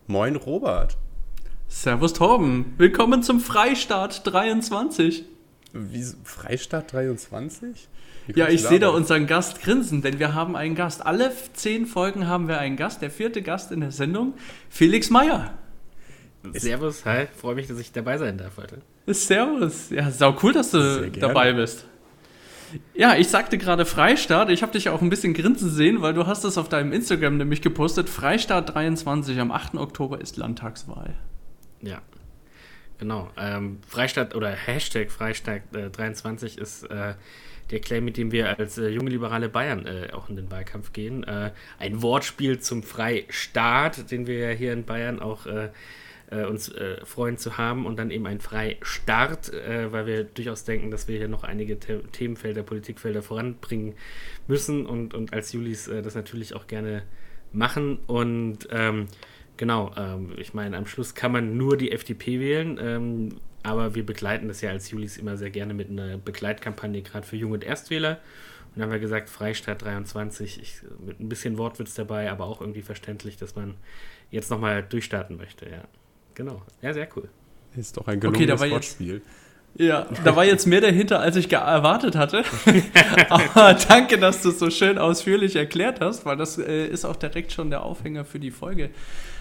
Moin Robert. Servus Torben, willkommen zum Freistaat 23. Wie, Freistaat 23? Ja, ich sehe da unseren Gast grinsen, denn wir haben einen Gast. Alle 10 Folgen haben wir einen Gast, der 4. Gast in der Sendung, Felix Meyer. Servus, hi, freue mich, dass ich dabei sein darf heute. Servus, ja, sau cool, dass du dabei bist. Ja, ich sagte gerade Freistaat, ich habe dich auch ein bisschen grinsen sehen, weil du hast das auf deinem Instagram nämlich gepostet, Freistaat 23, am 8. Oktober ist Landtagswahl. Ja, genau. Freistaat oder Hashtag Freistaat 23 ist der Claim, mit dem wir als junge liberale Bayern auch in den Wahlkampf gehen. Ein Wortspiel zum Freistaat, den wir ja hier in Bayern auch uns freuen zu haben, und dann eben ein Freistart, weil wir durchaus denken, dass wir hier noch einige Themenfelder, Politikfelder voranbringen müssen und als Julis das natürlich auch gerne machen. Und genau, ich meine, am Schluss kann man nur die FDP wählen, aber wir begleiten das ja als Julis immer sehr gerne mit einer Begleitkampagne, gerade für Jung- und Erstwähler. Und dann haben wir gesagt, Freistaat 23, mit ein bisschen Wortwitz dabei, aber auch irgendwie verständlich, dass man jetzt nochmal durchstarten möchte, ja. Genau, ja, sehr cool. Ist doch ein gelungenes Wortspiel. Ja, da war jetzt mehr dahinter, als ich erwartet hatte. Aber danke, dass du es so schön ausführlich erklärt hast, weil das ist auch direkt schon der Aufhänger für die Folge.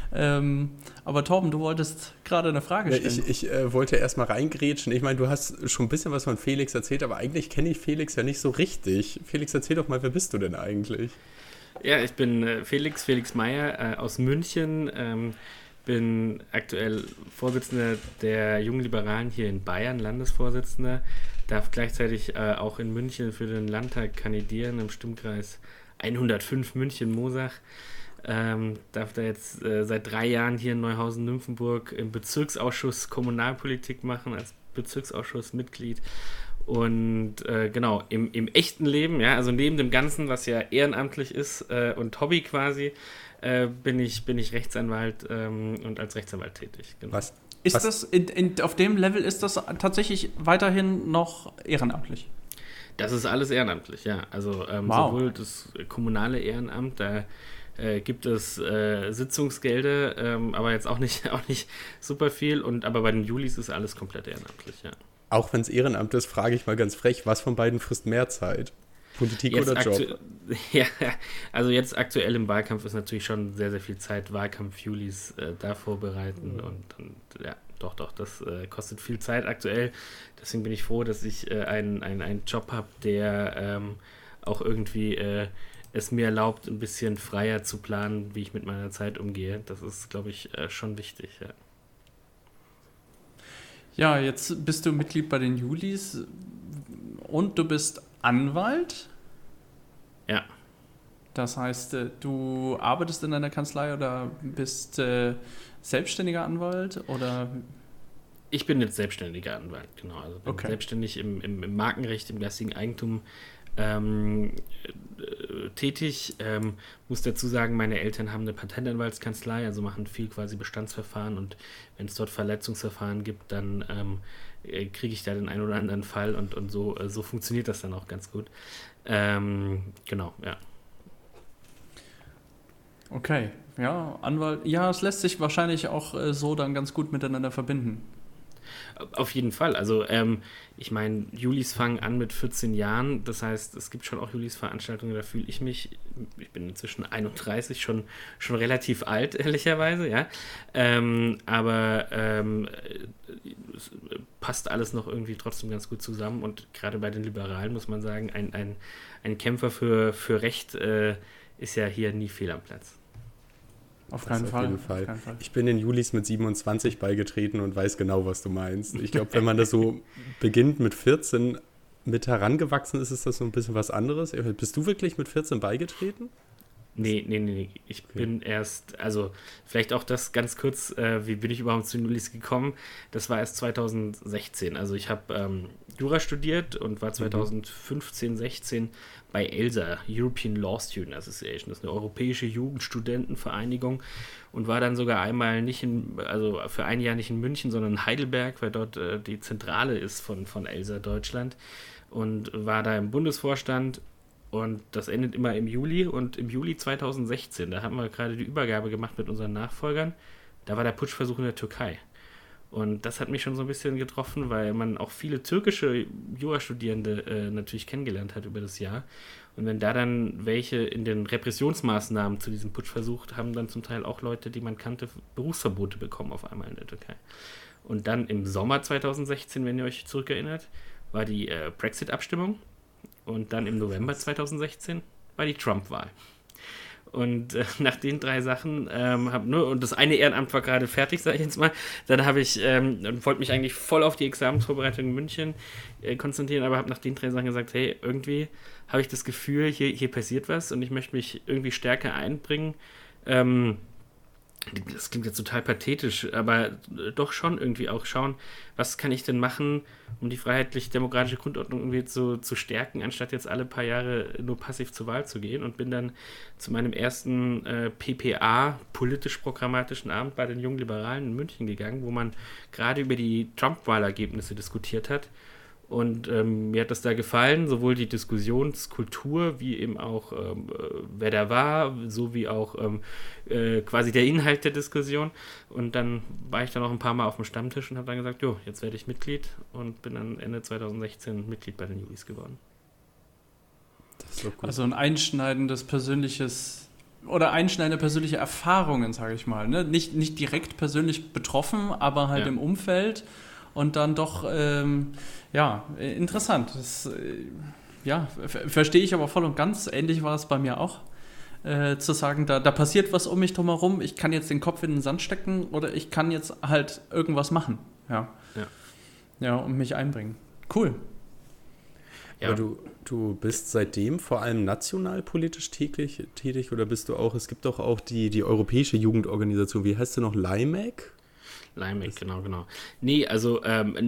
Aber Torben, du wolltest gerade eine Frage stellen. Ich wollte erstmal reingrätschen. Ich meine, du hast schon ein bisschen was von Felix erzählt, aber eigentlich kenne ich Felix ja nicht so richtig. Felix, erzähl doch mal, wer bist du denn eigentlich? Ja, ich bin Felix Meyer aus München, bin aktuell Vorsitzender der Jungen Liberalen hier in Bayern, Landesvorsitzender, darf gleichzeitig auch in München für den Landtag kandidieren, im Stimmkreis 105 München-Mosach. Darf da jetzt seit 3 Jahren hier in Neuhausen-Nymphenburg im Bezirksausschuss Kommunalpolitik machen, als Bezirksausschussmitglied. Und genau, im echten Leben, ja, also neben dem Ganzen, was ja ehrenamtlich ist und Hobby quasi, bin ich Rechtsanwalt und als Rechtsanwalt tätig. Genau. Was? Ist das auf dem Level ist das tatsächlich weiterhin noch ehrenamtlich? Das ist alles ehrenamtlich, ja. Also wow. Sowohl das kommunale Ehrenamt, da gibt es Sitzungsgelder, aber jetzt auch nicht super viel. Aber bei den Julis ist alles komplett ehrenamtlich, ja. Auch wenn es Ehrenamt ist, frage ich mal ganz frech, was von beiden frisst mehr Zeit? Politik jetzt oder Job? Ja, also jetzt aktuell im Wahlkampf ist natürlich schon sehr, sehr viel Zeit, Wahlkampf-Julis da vorbereiten und ja, doch, das kostet viel Zeit aktuell. Deswegen bin ich froh, dass ich einen Job habe, der auch irgendwie es mir erlaubt, ein bisschen freier zu planen, wie ich mit meiner Zeit umgehe. Das ist, glaube ich, schon wichtig, ja. Ja, jetzt bist du Mitglied bei den Julis und du bist Anwalt? Ja. Das heißt, du arbeitest in einer Kanzlei oder bist selbstständiger Anwalt? Oder? Ich bin jetzt selbstständiger Anwalt, genau. Also bin selbstständig im Markenrecht, im geistigen Eigentum tätig. Muss dazu sagen, meine Eltern haben eine Patentanwaltskanzlei, also machen viel quasi Bestandsverfahren, und wenn es dort Verletzungsverfahren gibt, dann kriege ich da den einen oder anderen Fall und so funktioniert das dann auch ganz gut. Genau, ja. Okay, ja, Anwalt, ja, es lässt sich wahrscheinlich auch so dann ganz gut miteinander verbinden. Auf jeden Fall. Also ich meine, Julis fangen an mit 14 Jahren. Das heißt, es gibt schon auch Julis-Veranstaltungen, da fühle ich mich, ich bin inzwischen 31, schon relativ alt, ehrlicherweise, ja. Aber es passt alles noch irgendwie trotzdem ganz gut zusammen. Und gerade bei den Liberalen muss man sagen, ein Kämpfer für Recht ist ja hier nie fehl am Platz. Auf keinen Fall. Ich bin in Julis mit 27 beigetreten und weiß genau, was du meinst. Ich glaube, wenn man das so beginnt mit 14 mit herangewachsen ist, ist das so ein bisschen was anderes. Bist du wirklich mit 14 beigetreten? Nee. Ich bin erst, also vielleicht auch das ganz kurz, wie bin ich überhaupt zu den Julis gekommen? Das war erst 2016. Also ich habe Jura studiert und war 2015, 16 bei ELSA, European Law Student Association. Das ist eine europäische Jugendstudentenvereinigung, und war dann sogar einmal für ein Jahr nicht in München, sondern in Heidelberg, weil dort die Zentrale ist von ELSA Deutschland, und war da im Bundesvorstand. Und das endet immer im Juli, und im Juli 2016, da haben wir gerade die Übergabe gemacht mit unseren Nachfolgern, da war der Putschversuch in der Türkei. Und das hat mich schon so ein bisschen getroffen, weil man auch viele türkische Jurastudierende natürlich kennengelernt hat über das Jahr. Und wenn da dann welche in den Repressionsmaßnahmen zu diesem Putschversuch haben dann zum Teil auch Leute, die man kannte, Berufsverbote bekommen auf einmal in der Türkei. Und dann im Sommer 2016, wenn ihr euch zurückerinnert, war die Brexit-Abstimmung. Und dann im November 2016 war die Trump-Wahl. Und nach den 3 Sachen und das eine Ehrenamt war gerade fertig, sage ich jetzt mal, dann habe ich und wollte mich eigentlich voll auf die Examensvorbereitung in München konzentrieren, aber habe nach den 3 Sachen gesagt, hey, irgendwie habe ich das Gefühl, hier passiert was und ich möchte mich irgendwie stärker einbringen. Das klingt jetzt total pathetisch, aber doch schon irgendwie auch schauen, was kann ich denn machen, um die freiheitlich-demokratische Grundordnung irgendwie zu stärken, anstatt jetzt alle paar Jahre nur passiv zur Wahl zu gehen, und bin dann zu meinem ersten PPA, politisch-programmatischen Abend bei den Jungen Liberalen in München gegangen, wo man gerade über die Trump-Wahlergebnisse diskutiert hat. Und mir hat das da gefallen, sowohl die Diskussionskultur, wie eben auch wer da war, so wie auch quasi der Inhalt der Diskussion. Und dann war ich dann auch ein paar Mal auf dem Stammtisch und habe dann gesagt, jo, jetzt werde ich Mitglied, und bin dann Ende 2016 Mitglied bei den Julis geworden. Das ist so gut. Also ein einschneidende persönliche Erfahrungen, sage ich mal. Ne? Nicht direkt persönlich betroffen, aber halt im Umfeld. Und dann doch, interessant. Das, verstehe ich aber voll und ganz. Ähnlich war es bei mir auch, zu sagen, da passiert was um mich drumherum. Ich kann jetzt den Kopf in den Sand stecken oder ich kann jetzt halt irgendwas machen. Ja, und mich einbringen. Cool. Ja. Aber du bist seitdem vor allem national politisch tätig oder bist du auch, es gibt doch auch die europäische Jugendorganisation, wie heißt sie noch, LIMEC? LIMEC, genau. Nee, also,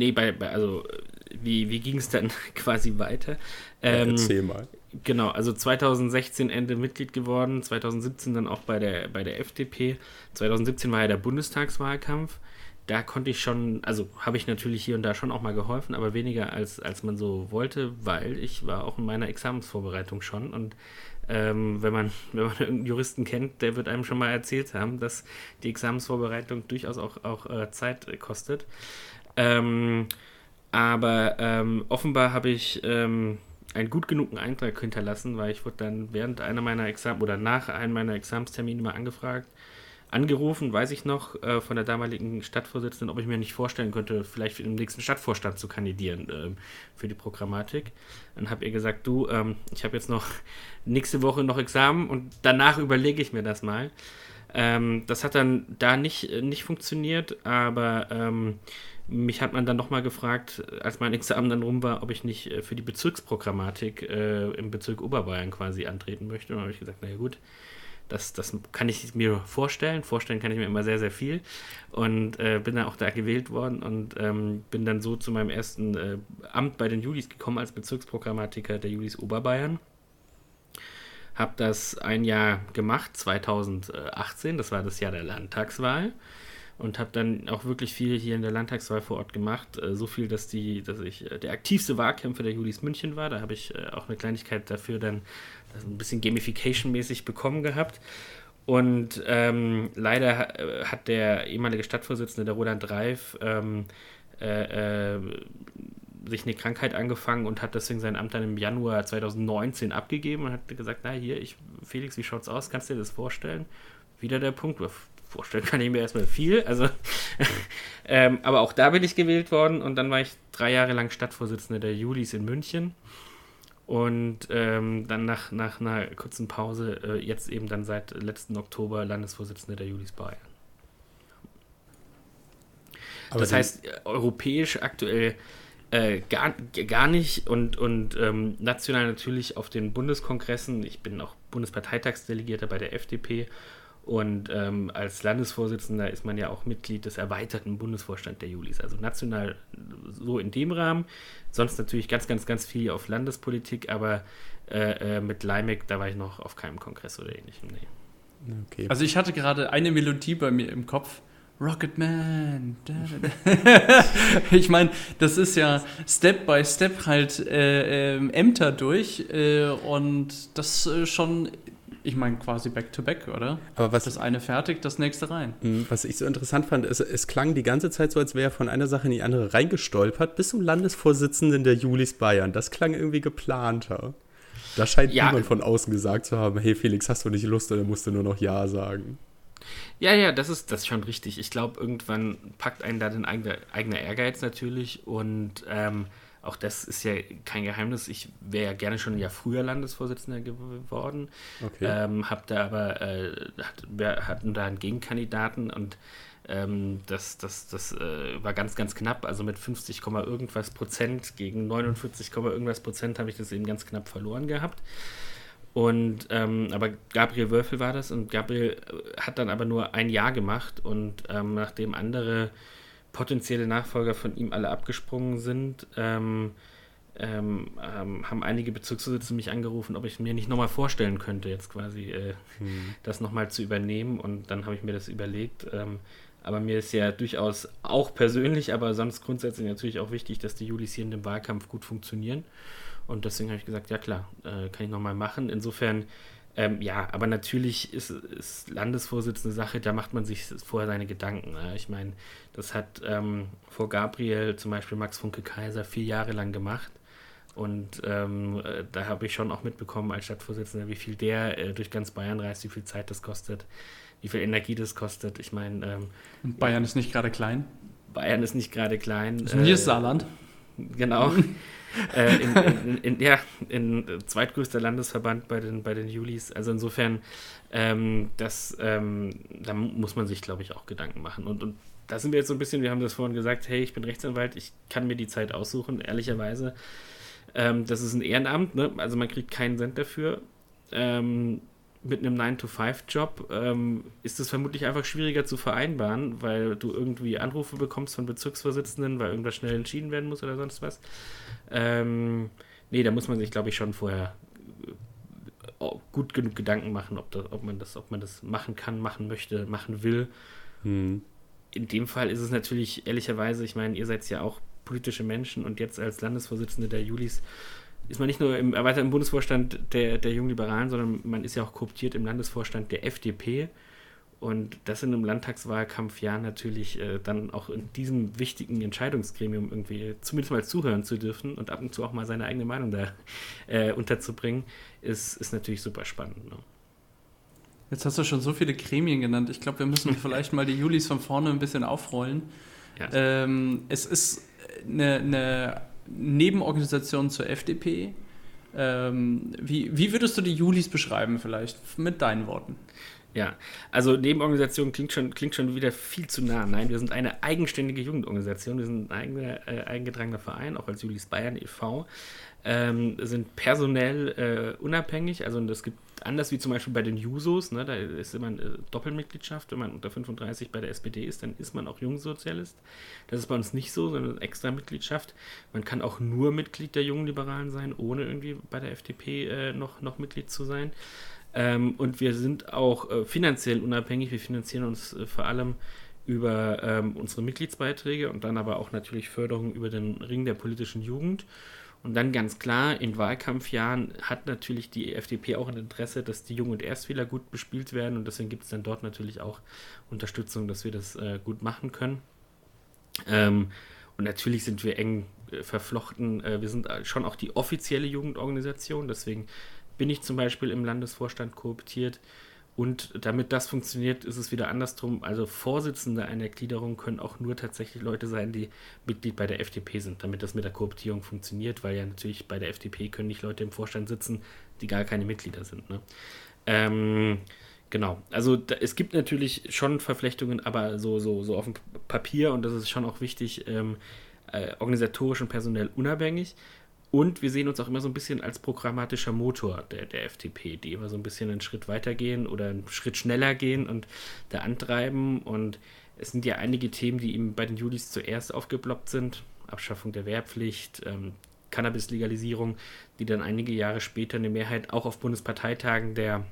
wie ging es dann quasi weiter? Erzähl mal. Genau, also 2016 Ende Mitglied geworden, 2017 dann auch bei der FDP. 2017 war ja der Bundestagswahlkampf. Da konnte ich schon, also habe ich natürlich hier und da schon auch mal geholfen, aber weniger als man so wollte, weil ich war auch in meiner Examensvorbereitung schon, und wenn man irgendeinen Juristen kennt, der wird einem schon mal erzählt haben, dass die Examensvorbereitung durchaus auch Zeit kostet. Aber offenbar habe ich einen gut genugen Eintrag hinterlassen, weil ich wurde dann während einer meiner nach einem meiner Examenstermine mal angerufen, weiß ich noch, von der damaligen Stadtvorsitzenden, ob ich mir nicht vorstellen könnte, vielleicht im nächsten Stadtvorstand zu kandidieren für die Programmatik. Dann habe ihr gesagt, du, ich habe jetzt noch nächste Woche noch Examen und danach überlege ich mir das mal. Das hat dann da nicht funktioniert, aber mich hat man dann nochmal gefragt, als mein Examen dann rum war, ob ich nicht für die Bezirksprogrammatik im Bezirk Oberbayern quasi antreten möchte. Und dann habe ich gesagt, naja gut, das kann ich mir vorstellen. Vorstellen kann ich mir immer sehr, sehr viel. Und bin dann auch da gewählt worden und bin dann so zu meinem ersten Amt bei den Julis gekommen als Bezirksprogrammatiker der Julis Oberbayern. Habe das ein Jahr gemacht, 2018, das war das Jahr der Landtagswahl. Und habe dann auch wirklich viel hier in der Landtagswahl vor Ort gemacht. So viel, dass ich der aktivste Wahlkämpfer der Julis München war. Da habe ich auch eine Kleinigkeit dafür dann ein bisschen Gamification-mäßig bekommen gehabt. Und leider hat der ehemalige Stadtvorsitzende, der Roland Reif, sich eine Krankheit angefangen und hat deswegen sein Amt dann im Januar 2019 abgegeben und hat gesagt, na hier, Felix, wie schaut's aus? Kannst du dir das vorstellen? Wieder der Punkt, vorstellen kann ich mir erstmal viel, also aber auch da bin ich gewählt worden und dann war ich 3 Jahre lang Stadtvorsitzender der Julis in München und dann nach einer kurzen Pause jetzt eben dann seit letzten Oktober Landesvorsitzender der Julis Bayern. Aber das heißt, europäisch aktuell gar nicht und national natürlich auf den Bundeskongressen. Ich bin auch Bundesparteitagsdelegierter bei der FDP. Und als Landesvorsitzender ist man ja auch Mitglied des erweiterten Bundesvorstands der Julis. Also national so in dem Rahmen. Sonst natürlich ganz, ganz, ganz viel auf Landespolitik, aber mit LIMEC, da war ich noch auf keinem Kongress oder ähnlichem. Nee. Okay. Also ich hatte gerade eine Melodie bei mir im Kopf. Rocketman. Ich meine, das ist ja Step by Step halt Ämter durch und das schon Ich meine quasi back-to-back, oder? Aber was das eine fertig, das nächste rein. Was ich so interessant fand, es klang die ganze Zeit so, als wäre er von einer Sache in die andere reingestolpert, bis zum Landesvorsitzenden der Julis Bayern. Das klang irgendwie geplanter. Da scheint niemand von außen gesagt zu haben, hey Felix, hast du nicht Lust, oder musst du nur noch Ja sagen? Ja, das ist schon richtig. Ich glaube, irgendwann packt einen da den eigener Ehrgeiz natürlich und auch das ist ja kein Geheimnis. Ich wäre ja gerne schon ein Jahr früher Landesvorsitzender geworden. Okay. Hab da aber, wir hatten da einen Gegenkandidaten und das war ganz, ganz knapp. Also mit 50, irgendwas Prozent gegen 49, irgendwas Prozent habe ich das eben ganz knapp verloren gehabt. Und aber Gabriel Wölfel war das und Gabriel hat dann aber nur ein Jahr gemacht und nachdem andere potenzielle Nachfolger von ihm alle abgesprungen sind, haben einige Bezirksvorsitzende mich angerufen, ob ich mir nicht nochmal vorstellen könnte, jetzt quasi das nochmal zu übernehmen. Und dann habe ich mir das überlegt. Aber mir ist ja durchaus auch persönlich, aber sonst grundsätzlich natürlich auch wichtig, dass die Julis hier in dem Wahlkampf gut funktionieren. Und deswegen habe ich gesagt, ja klar, kann ich nochmal machen. Insofern, aber natürlich ist Landesvorsitzende Sache, da macht man sich vorher seine Gedanken. Ich meine, das hat vor Gabriel zum Beispiel Max Funke-Kaiser 4 Jahre lang gemacht. Und da habe ich schon auch mitbekommen als Stadtvorsitzender, wie viel der durch ganz Bayern reist, wie viel Zeit das kostet, wie viel Energie das kostet. Ich meine... Und Bayern ist nicht gerade klein? Bayern ist nicht gerade klein. Das ist nicht das Saarland. Genau. in zweitgrößter Landesverband bei den Julis. Also insofern, da muss man sich, glaube ich, auch Gedanken machen. Und da sind wir jetzt so ein bisschen, wir haben das vorhin gesagt, hey, ich bin Rechtsanwalt, ich kann mir die Zeit aussuchen, ehrlicherweise. Das ist ein Ehrenamt, ne? Also man kriegt keinen Cent dafür. Mit einem 9-to-5-Job ist es vermutlich einfach schwieriger zu vereinbaren, weil du irgendwie Anrufe bekommst von Bezirksvorsitzenden, weil irgendwas schnell entschieden werden muss oder sonst was. Da muss man sich, glaube ich, schon vorher gut genug Gedanken machen, ob man das machen kann, machen möchte, machen will. In dem Fall ist es natürlich, ehrlicherweise, ich meine, ihr seid ja auch politische Menschen und jetzt als Landesvorsitzende der Julis ist man nicht nur im erweiterten Bundesvorstand der Jungen Liberalen, sondern man ist ja auch kooptiert im Landesvorstand der FDP. Und das in einem Landtagswahlkampfjahr natürlich dann auch in diesem wichtigen Entscheidungsgremium irgendwie zumindest mal zuhören zu dürfen und ab und zu auch mal seine eigene Meinung da unterzubringen, ist natürlich super spannend. Ne? Jetzt hast du schon so viele Gremien genannt. Ich glaube, wir müssen vielleicht mal die Julis von vorne ein bisschen aufrollen. Ja. Es ist eine Nebenorganisation zur FDP. Wie würdest du die Julis beschreiben vielleicht mit deinen Worten? Ja, also Nebenorganisation klingt schon wieder viel zu nah. Nein, wir sind eine eigenständige Jugendorganisation. Wir sind ein eingetragener Verein, auch als Julis Bayern e.V., sind personell unabhängig. Also das gibt anders wie zum Beispiel bei den Jusos, ne, da ist immer eine Doppelmitgliedschaft. Wenn man unter 35 bei der SPD ist, dann ist man auch Jungsozialist. Das ist bei uns nicht so, sondern eine extra Mitgliedschaft. Man kann auch nur Mitglied der Jungen Liberalen sein, ohne irgendwie bei der FDP noch Mitglied zu sein. Und wir sind auch finanziell unabhängig. Wir finanzieren uns vor allem über unsere Mitgliedsbeiträge und dann aber auch natürlich Förderung über den Ring der politischen Jugend. Und dann ganz klar, in Wahlkampfjahren hat natürlich die FDP auch ein Interesse, dass die Jung- und Erstwähler gut bespielt werden und deswegen gibt es dann dort natürlich auch Unterstützung, dass wir das gut machen können. Und natürlich sind wir eng verflochten. Wir sind schon auch die offizielle Jugendorganisation, deswegen bin ich zum Beispiel im Landesvorstand kooptiert. Und damit das funktioniert, ist es wieder andersrum. Also Vorsitzende einer Gliederung können auch nur tatsächlich Leute sein, die Mitglied bei der FDP sind, damit das mit der Kooptierung funktioniert, weil ja natürlich bei der FDP können nicht Leute im Vorstand sitzen, die gar keine Mitglieder sind. Ne? Genau, also es gibt natürlich schon Verflechtungen, aber so auf dem Papier, und das ist schon auch wichtig, organisatorisch und personell unabhängig. Und wir sehen uns auch immer so ein bisschen als programmatischer Motor der FDP, die immer so ein bisschen einen Schritt weiter gehen oder einen Schritt schneller gehen und da antreiben. Und es sind ja einige Themen, die eben bei den Julis zuerst aufgeploppt sind. Abschaffung der Wehrpflicht, Cannabis-Legalisierung, die dann einige Jahre später eine Mehrheit auch auf Bundesparteitagen der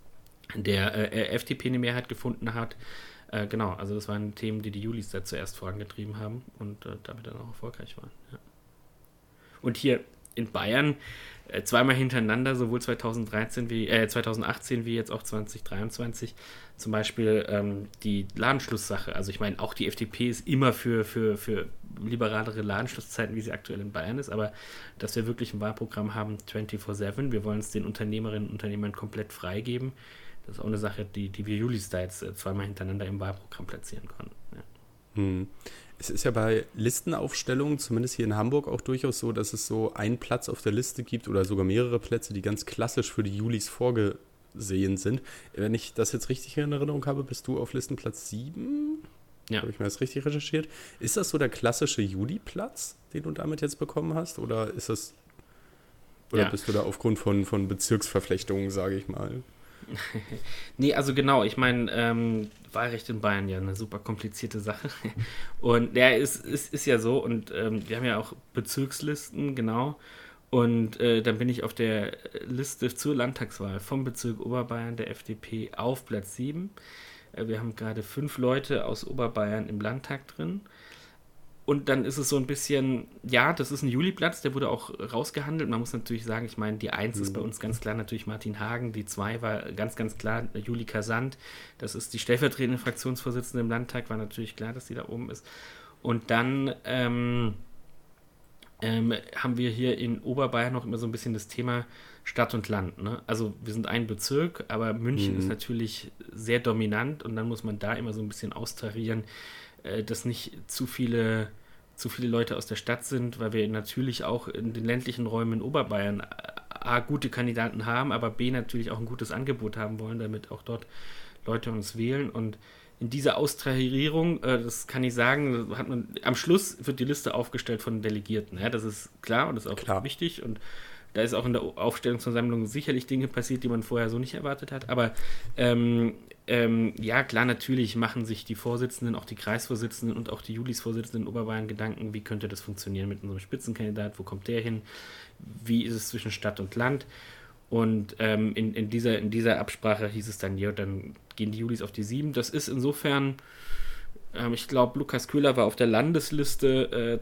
FDP eine Mehrheit gefunden hat. Genau, also das waren Themen, die Julis da zuerst vorangetrieben haben und damit dann auch erfolgreich waren. Ja. Und hier in Bayern zweimal hintereinander, sowohl 2018 wie jetzt auch 2023, zum Beispiel die Ladenschlusssache. Also ich meine, auch die FDP ist immer für liberalere Ladenschlusszeiten, wie sie aktuell in Bayern ist, aber dass wir wirklich ein Wahlprogramm haben, 24/7, wir wollen es den Unternehmerinnen und Unternehmern komplett freigeben. Das ist auch eine Sache, die wir Julis da jetzt zweimal hintereinander im Wahlprogramm platzieren konnten. Ja. Es ist ja bei Listenaufstellungen, zumindest hier in Hamburg, auch durchaus so, dass es so einen Platz auf der Liste gibt oder sogar mehrere Plätze, die ganz klassisch für die Julis vorgesehen sind. Wenn ich das jetzt richtig in Erinnerung habe, bist du auf Listenplatz 7? Ja. Habe ich mir das richtig recherchiert? Ist das so der klassische Juli-Platz, den du damit jetzt bekommen hast? Oder ist das, oder bist du da aufgrund von Bezirksverflechtungen, sage ich mal? Nee, also genau, ich meine, Wahlrecht in Bayern ja eine super komplizierte Sache. Und ja, ist ja so. Und wir haben ja auch Bezirkslisten, genau. Und dann bin ich auf der Liste zur Landtagswahl vom Bezirk Oberbayern der FDP auf Platz 7. Wir haben gerade 5 Leute aus Oberbayern im Landtag drin. Und dann ist es so ein bisschen, ja, das ist ein Juliplatz, der wurde auch rausgehandelt. Man muss natürlich sagen, ich meine, die 1 ist bei uns ganz klar natürlich Martin Hagen, die 2 war ganz, ganz klar Julika Sand. Das ist die stellvertretende Fraktionsvorsitzende im Landtag, war natürlich klar, dass die da oben ist. Und dann haben wir hier in Oberbayern noch immer so ein bisschen das Thema Stadt und Land. Ne? Also wir sind ein Bezirk, aber München ist natürlich sehr dominant und dann muss man da immer so ein bisschen austarieren, dass nicht zu viele Leute aus der Stadt sind, weil wir natürlich auch in den ländlichen Räumen in Oberbayern A, gute Kandidaten haben, aber B, natürlich auch ein gutes Angebot haben wollen, damit auch dort Leute uns wählen. Und in dieser Austarierung, das kann ich sagen, am Schluss wird die Liste aufgestellt von Delegierten. Ja, das ist klar und das ist auch wichtig. Und da ist auch in der Aufstellungsversammlung sicherlich Dinge passiert, die man vorher so nicht erwartet hat. Aber ja, klar, natürlich machen sich die Vorsitzenden, auch die Kreisvorsitzenden und auch die Julis-Vorsitzenden in Oberbayern Gedanken, wie könnte das funktionieren mit unserem Spitzenkandidat, wo kommt der hin, wie ist es zwischen Stadt und Land. Und in dieser Absprache hieß es dann, ja, dann gehen die Julis auf die 7. Das ist insofern, ich glaube, Lukas Köhler war auf der Landesliste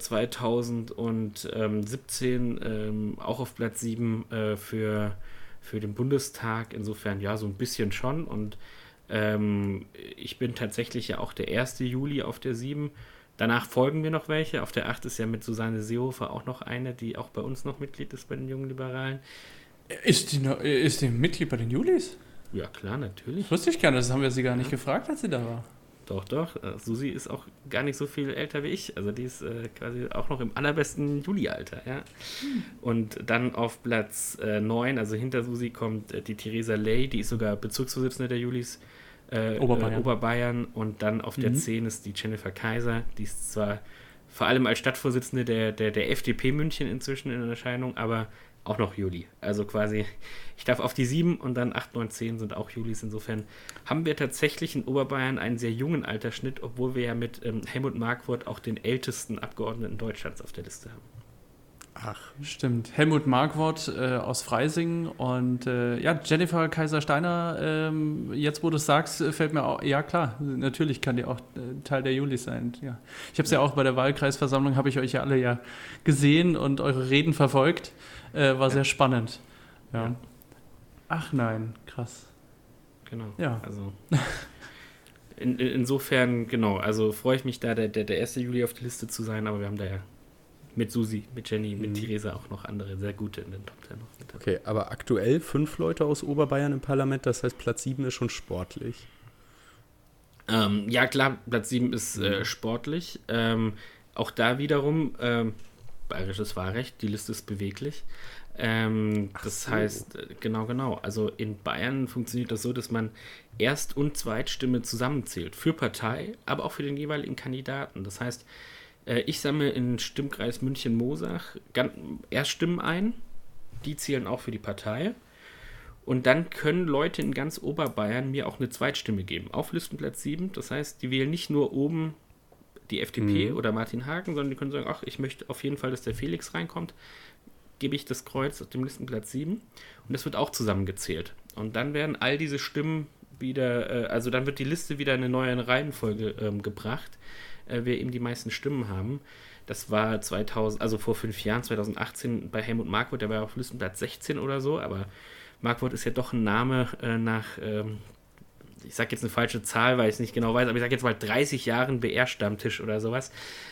2017 auch auf Platz 7 für den Bundestag. Insofern, ja, so ein bisschen schon. Und ich bin tatsächlich ja auch der erste Juli auf der 7. Danach folgen mir noch welche. Auf der 8 ist ja mit Susanne Seehofer auch noch eine, die auch bei uns noch Mitglied ist bei den Jungen Liberalen. Ist die Mitglied bei den Julis? Ja, klar, natürlich. Das wusste ich gar nicht, das haben wir sie gar nicht gefragt, als sie da war. Doch. Susi ist auch gar nicht so viel älter wie ich. Also die ist quasi auch noch im allerbesten Juli-Alter. Ja? Und dann auf Platz 9, also hinter Susi, kommt die Theresa Ley, die ist sogar Bezirksvorsitzende der Julis Oberbayern. Und dann auf der 10 ist die Jennifer Kaiser. Die ist zwar vor allem als Stadtvorsitzende der FDP München inzwischen in Erscheinung, aber auch noch Juli. Also quasi, ich darf auf die 7 und dann 8, 9, 10 sind auch Julis. Insofern haben wir tatsächlich in Oberbayern einen sehr jungen Altersschnitt, obwohl wir ja mit Helmut Markwort auch den ältesten Abgeordneten Deutschlands auf der Liste haben. Ach, stimmt. Helmut Markwort aus Freising und ja, Jennifer Kaiser-Steiner, jetzt wo du es sagst, fällt mir auch, ja klar, natürlich kann die auch Teil der Julis sein. Ja. Ich habe es ja auch bei der Wahlkreisversammlung, habe ich euch ja alle ja gesehen und eure Reden verfolgt. War sehr spannend. Ja. Ach nein, krass. Genau. Ja. Also insofern, genau, also freue ich mich da, der 1. Juli auf der Liste zu sein, aber wir haben da ja mit Susi, mit Jenny, mit Theresa auch noch andere sehr gute in den Top 10 noch mit dabei. Okay, aber aktuell 5 Leute aus Oberbayern im Parlament, das heißt Platz 7 ist schon sportlich. Ja klar, Platz 7 ist sportlich. Auch da wiederum bayerisches Wahlrecht, die Liste ist beweglich. Das heißt, genau. Also in Bayern funktioniert das so, dass man Erst- und Zweitstimme zusammenzählt. Für Partei, aber auch für den jeweiligen Kandidaten. Das heißt, ich sammle in Stimmkreis München-Mosach Erststimmen ein. Die zählen auch für die Partei. Und dann können Leute in ganz Oberbayern mir auch eine Zweitstimme geben. Auf Listenplatz 7. Das heißt, die wählen nicht nur oben die FDP oder Martin Hagen, sondern die können sagen, ach, ich möchte auf jeden Fall, dass der Felix reinkommt. Gebe ich das Kreuz auf dem Listenplatz 7. Und das wird auch zusammengezählt. Und dann werden all diese Stimmen wieder, also dann wird die Liste wieder in eine neue Reihenfolge gebracht, wer eben die meisten Stimmen haben. Das war 2000, also vor 5 Jahren, 2018 bei Helmut Markwort, der war auf Listenplatz 16 oder so, aber Markwort ist ja doch ein Name nach, ich sage jetzt eine falsche Zahl, weil ich es nicht genau weiß, aber ich sage jetzt mal 30 Jahren BR-Stammtisch oder sowas.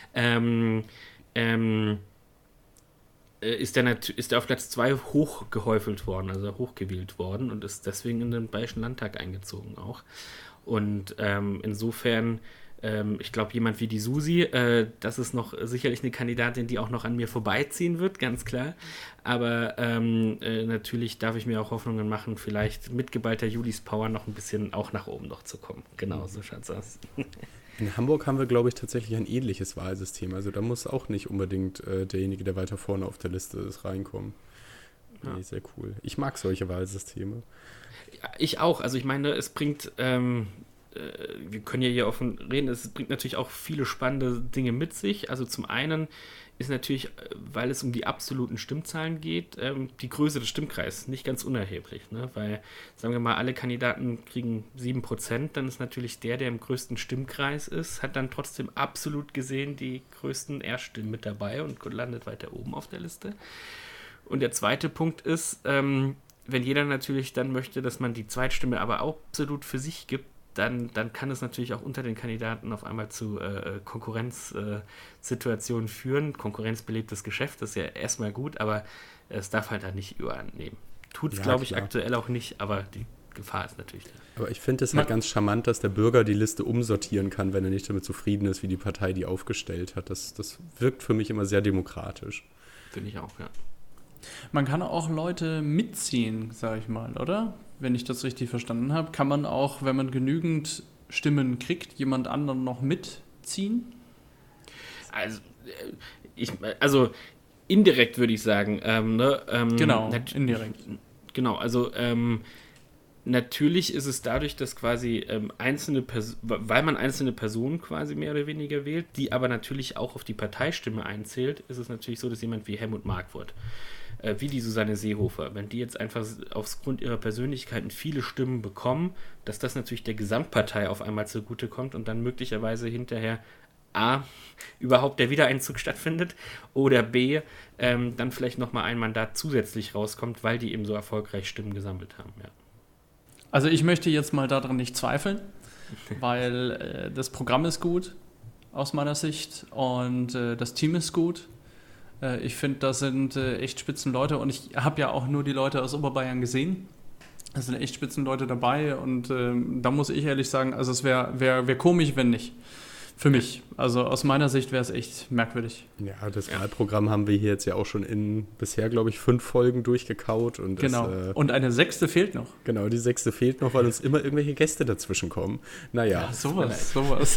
Ist der auf Platz 2 hochgehäufelt worden, also hochgewählt worden und ist deswegen in den Bayerischen Landtag eingezogen auch. Und insofern, ich glaube, jemand wie die Susi, das ist noch sicherlich eine Kandidatin, die auch noch an mir vorbeiziehen wird, ganz klar. Aber natürlich darf ich mir auch Hoffnungen machen, vielleicht mit geballter Julis Power noch ein bisschen auch nach oben noch zu kommen. Genau, so schaut's aus. In Hamburg haben wir, glaube ich, tatsächlich ein ähnliches Wahlsystem. Also da muss auch nicht unbedingt derjenige, der weiter vorne auf der Liste ist, reinkommen. Ja. Nee, sehr cool. Ich mag solche Wahlsysteme. Ich auch. Also ich meine, es bringt, wir können ja hier offen reden, es bringt natürlich auch viele spannende Dinge mit sich. Also zum einen ist natürlich, weil es um die absoluten Stimmzahlen geht, die Größe des Stimmkreises nicht ganz unerheblich. Ne? Weil, sagen wir mal, alle Kandidaten kriegen 7%, dann ist natürlich der im größten Stimmkreis ist, hat dann trotzdem absolut gesehen die größten Erststimmen mit dabei und landet weiter oben auf der Liste. Und der zweite Punkt ist, wenn jeder natürlich dann möchte, dass man die Zweitstimme aber auch absolut für sich gibt, dann kann es natürlich auch unter den Kandidaten auf einmal zu Konkurrenzsituationen führen. Konkurrenzbelebtes Geschäft, das ist ja erstmal gut, aber es darf halt da nicht überhand nehmen. Tut es, ja, glaube ich, aktuell auch nicht, aber die Gefahr ist natürlich da. Aber ich finde es halt ganz charmant, dass der Bürger die Liste umsortieren kann, wenn er nicht damit zufrieden ist, wie die Partei die aufgestellt hat. Das wirkt für mich immer sehr demokratisch. Finde ich auch, ja. Man kann auch Leute mitziehen, sage ich mal, oder? Wenn ich das richtig verstanden habe, kann man auch, wenn man genügend Stimmen kriegt, jemand anderen noch mitziehen? Also indirekt würde ich sagen. Genau, indirekt. Genau, also natürlich ist es dadurch, dass quasi weil man einzelne Personen quasi mehr oder weniger wählt, die aber natürlich auch auf die Parteistimme einzählt, ist es natürlich so, dass jemand wie Helmut Markwort, wie die Susanne Seehofer, wenn die jetzt einfach aufgrund ihrer Persönlichkeiten viele Stimmen bekommen, dass das natürlich der Gesamtpartei auf einmal zugutekommt und dann möglicherweise hinterher A, überhaupt der Wiedereinzug stattfindet oder B, dann vielleicht nochmal ein Mandat zusätzlich rauskommt, weil die eben so erfolgreich Stimmen gesammelt haben. Ja. Also ich möchte jetzt mal daran nicht zweifeln, weil das Programm ist gut aus meiner Sicht und das Team ist gut. Ich finde, da sind echt Spitzenleute und ich habe ja auch nur die Leute aus Oberbayern gesehen. Da sind echt Spitzenleute dabei und da muss ich ehrlich sagen, also es wär komisch, wenn nicht. Für mich. Also aus meiner Sicht wäre es echt merkwürdig. Ja, das Wahlprogramm haben wir hier jetzt ja auch schon in bisher, glaube ich, 5 Folgen durchgekaut. Und genau. Und eine 6. fehlt noch. Genau, die 6. fehlt noch, weil uns immer irgendwelche Gäste dazwischen kommen. Naja. Ja, sowas.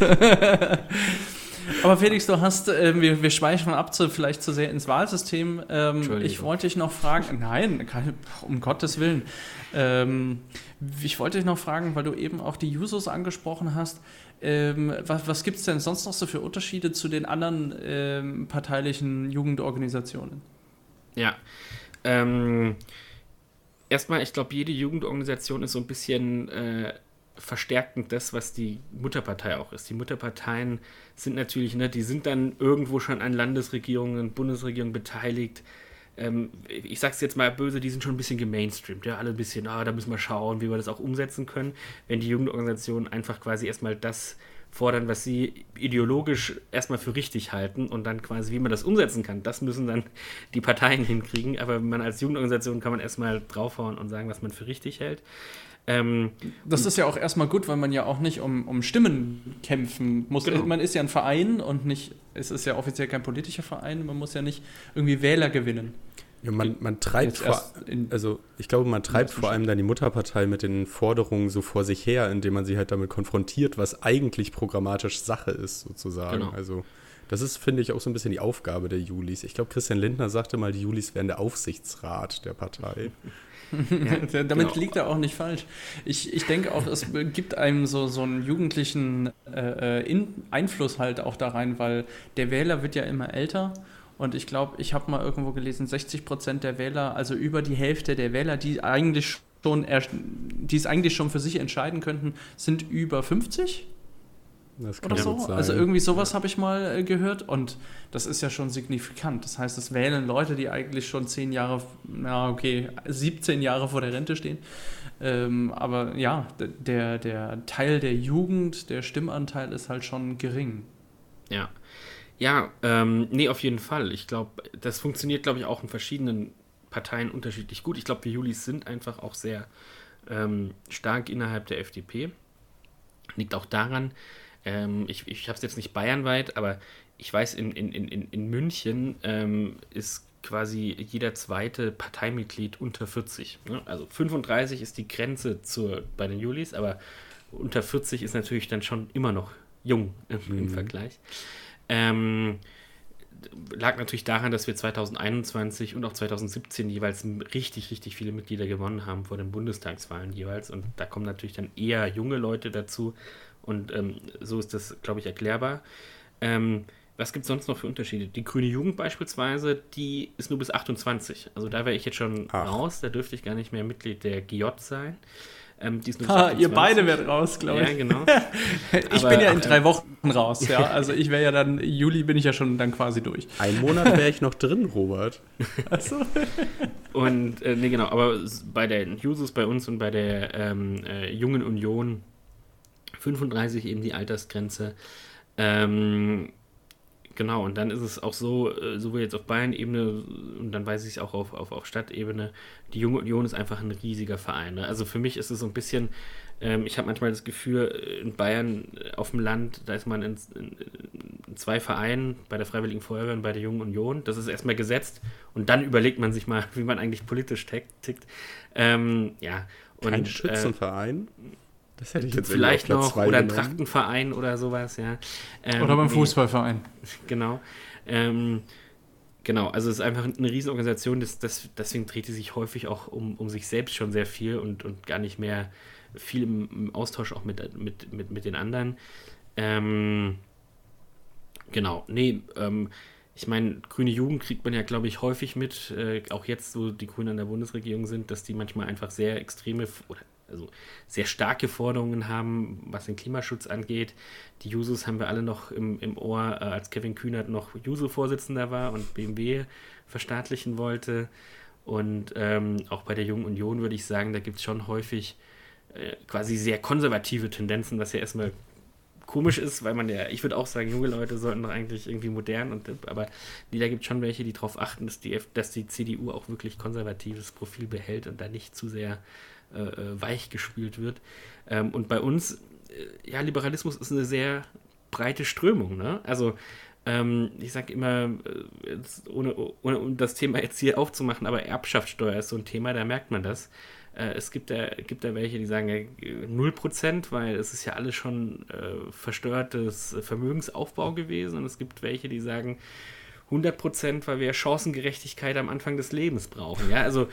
Aber Felix, du hast, wir schweifen ab vielleicht zu sehr ins Wahlsystem. Ich wollte dich noch fragen, nein, um Gottes Willen. Ich wollte dich noch fragen, weil du eben auch die Jusos angesprochen hast. Was gibt es denn sonst noch so für Unterschiede zu den anderen parteilichen Jugendorganisationen? Ja, erstmal, ich glaube, jede Jugendorganisation ist so ein bisschen verstärkend das, was die Mutterpartei auch ist. Die Mutterparteien sind natürlich, die sind dann irgendwo schon an Landesregierungen, Bundesregierungen beteiligt. Ich sag's jetzt mal böse, die sind schon ein bisschen gemainstreamt, ja, alle ein bisschen, da müssen wir schauen, wie wir das auch umsetzen können, wenn die Jugendorganisationen einfach quasi erstmal das fordern, was sie ideologisch erstmal für richtig halten und dann quasi, wie man das umsetzen kann, das müssen dann die Parteien hinkriegen, aber man als Jugendorganisation kann man erstmal draufhauen und sagen, was man für richtig hält. Das ist ja auch erstmal gut, weil man ja auch nicht um Stimmen kämpfen muss. Genau. Man ist ja ein Verein und es ist ja offiziell kein politischer Verein, man muss ja nicht irgendwie Wähler gewinnen. Ja, man treibt ich glaube, man treibt vor allem dann die Mutterpartei mit den Forderungen so vor sich her, indem man sie halt damit konfrontiert, was eigentlich programmatisch Sache ist, sozusagen. Genau. Also das ist, finde ich, auch so ein bisschen die Aufgabe der Julis. Ich glaube, Christian Lindner sagte mal, die Julis wären der Aufsichtsrat der Partei. Ja, damit liegt er auch nicht falsch. Ich denke auch, es gibt einem so einen jugendlichen Einfluss halt auch da rein, weil der Wähler wird ja immer älter und ich glaube, ich habe mal irgendwo gelesen, 60% der Wähler, also über die Hälfte der Wähler, die es eigentlich schon für sich entscheiden könnten, sind über 50. Das kann oder so. gut sein. Also irgendwie sowas habe ich mal gehört und das ist ja schon signifikant. Das heißt, es wählen Leute, die eigentlich schon 10 Jahre, 17 Jahre vor der Rente stehen. Aber ja, der Teil der Jugend, der Stimmanteil ist halt schon gering. Ja. Ja, nee, auf jeden Fall. Ich glaube, das funktioniert, glaube ich, auch in verschiedenen Parteien unterschiedlich gut. Ich glaube, wir Julis sind einfach auch sehr stark innerhalb der FDP. Liegt auch daran, ich habe es jetzt nicht bayernweit, aber ich weiß, in München ist quasi jeder zweite Parteimitglied unter 40. Ne? Also 35 ist die Grenze bei den Julis, aber unter 40 ist natürlich dann schon immer noch jung im Vergleich. Lag natürlich daran, dass wir 2021 und auch 2017 jeweils richtig, richtig viele Mitglieder gewonnen haben vor den Bundestagswahlen jeweils. Und da kommen natürlich dann eher junge Leute dazu. Und so ist das, glaube ich, erklärbar. Was gibt es sonst noch für Unterschiede? Die Grüne Jugend beispielsweise, die ist nur bis 28. Also da wäre ich jetzt schon raus. Da dürfte ich gar nicht mehr Mitglied der GJ sein. Die ist nur bis ihr beide werdet raus, glaube ich. Ja, genau. Ich bin ja in 3 Wochen raus, ja. Also ich wäre ja dann, Juli bin ich ja schon dann quasi durch. Einen Monat wäre ich noch drin, Robert. Achso. Und, nee, genau, aber bei den Jusos bei uns und bei der Jungen Union 35 eben die Altersgrenze. Genau, und dann ist es auch so wie jetzt auf Bayern-Ebene und dann weiß ich es auch auf Stadtebene, die Junge Union ist einfach ein riesiger Verein. Ne? Also für mich ist es so ein bisschen, ich habe manchmal das Gefühl, in Bayern auf dem Land, da ist man in 2 Vereinen, bei der Freiwilligen Feuerwehr und bei der Jungen Union, das ist erstmal gesetzt und dann überlegt man sich mal, wie man eigentlich politisch tickt. Ja. Und, kein Schützenverein? Das hätte ich jetzt vielleicht noch, oder ein genommen. Trachtenverein oder sowas, ja. Oder beim Fußballverein. Genau. Genau, also es ist einfach eine Riesenorganisation, deswegen dreht sie sich häufig auch um sich selbst schon sehr viel und gar nicht mehr viel im Austausch auch mit den anderen. Genau, nee, ich meine, grüne Jugend kriegt man ja, glaube ich, häufig mit, auch jetzt, wo die Grünen an der Bundesregierung sind, dass die manchmal einfach sehr extreme also sehr starke Forderungen haben, was den Klimaschutz angeht. Die Jusos haben wir alle noch im Ohr, als Kevin Kühnert noch Juso-Vorsitzender war und BMW verstaatlichen wollte. Und auch bei der Jungen Union würde ich sagen, da gibt es schon häufig quasi sehr konservative Tendenzen, was ja erstmal komisch ist, weil man ja, ich würde auch sagen, junge Leute sollten doch eigentlich irgendwie modern, aber nee, da gibt es schon welche, die darauf achten, dass die CDU auch wirklich konservatives Profil behält und da nicht zu sehr weich gespült wird. Und bei uns, ja, Liberalismus ist eine sehr breite Strömung, ne? Also ich sage immer, ohne das Thema jetzt hier aufzumachen, aber Erbschaftssteuer ist so ein Thema, da merkt man das. Es gibt da welche, die sagen 0%, weil es ist ja alles schon versteuertes Vermögensaufbau gewesen, und es gibt welche, die sagen 100%, weil wir Chancengerechtigkeit am Anfang des Lebens brauchen. Ja, also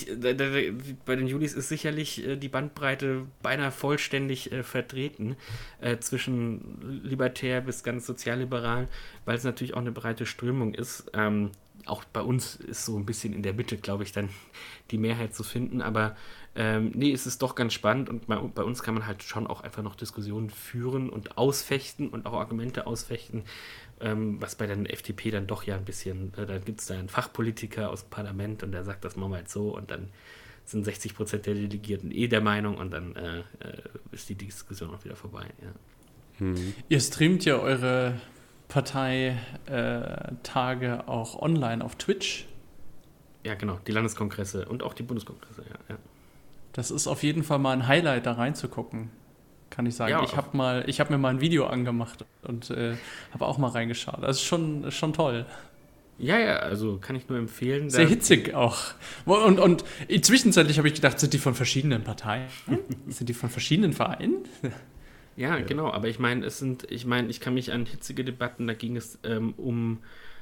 bei den Julis ist sicherlich die Bandbreite beinahe vollständig vertreten, zwischen libertär bis ganz sozialliberal, weil es natürlich auch eine breite Strömung ist. Auch bei uns ist so ein bisschen in der Mitte, glaube ich, dann die Mehrheit zu finden, aber nee, es ist doch ganz spannend, und bei uns kann man halt schon auch einfach noch Diskussionen führen und ausfechten und auch Argumente ausfechten, was bei der FDP dann doch ja ein bisschen, da gibt es da einen Fachpolitiker aus dem Parlament und der sagt, das machen wir jetzt so, und dann sind 60% der Delegierten der Meinung, und dann ist die Diskussion auch wieder vorbei. Ja. Ihr streamt ja eure Parteitage auch online auf Twitch. Ja, genau, die Landeskongresse und auch die Bundeskongresse, ja. Das ist auf jeden Fall mal ein Highlight, da reinzugucken, kann ich sagen. Ja, ich hab mir mal ein Video angemacht und habe auch mal reingeschaut. Das ist schon toll. Ja, also kann ich nur empfehlen. Sehr hitzig auch. Und zwischenzeitlich habe ich gedacht, sind die von verschiedenen Parteien? Sind die von verschiedenen Vereinen? Ja, genau, aber ich meine, ich kann mich an hitzige Debatten, da ging es um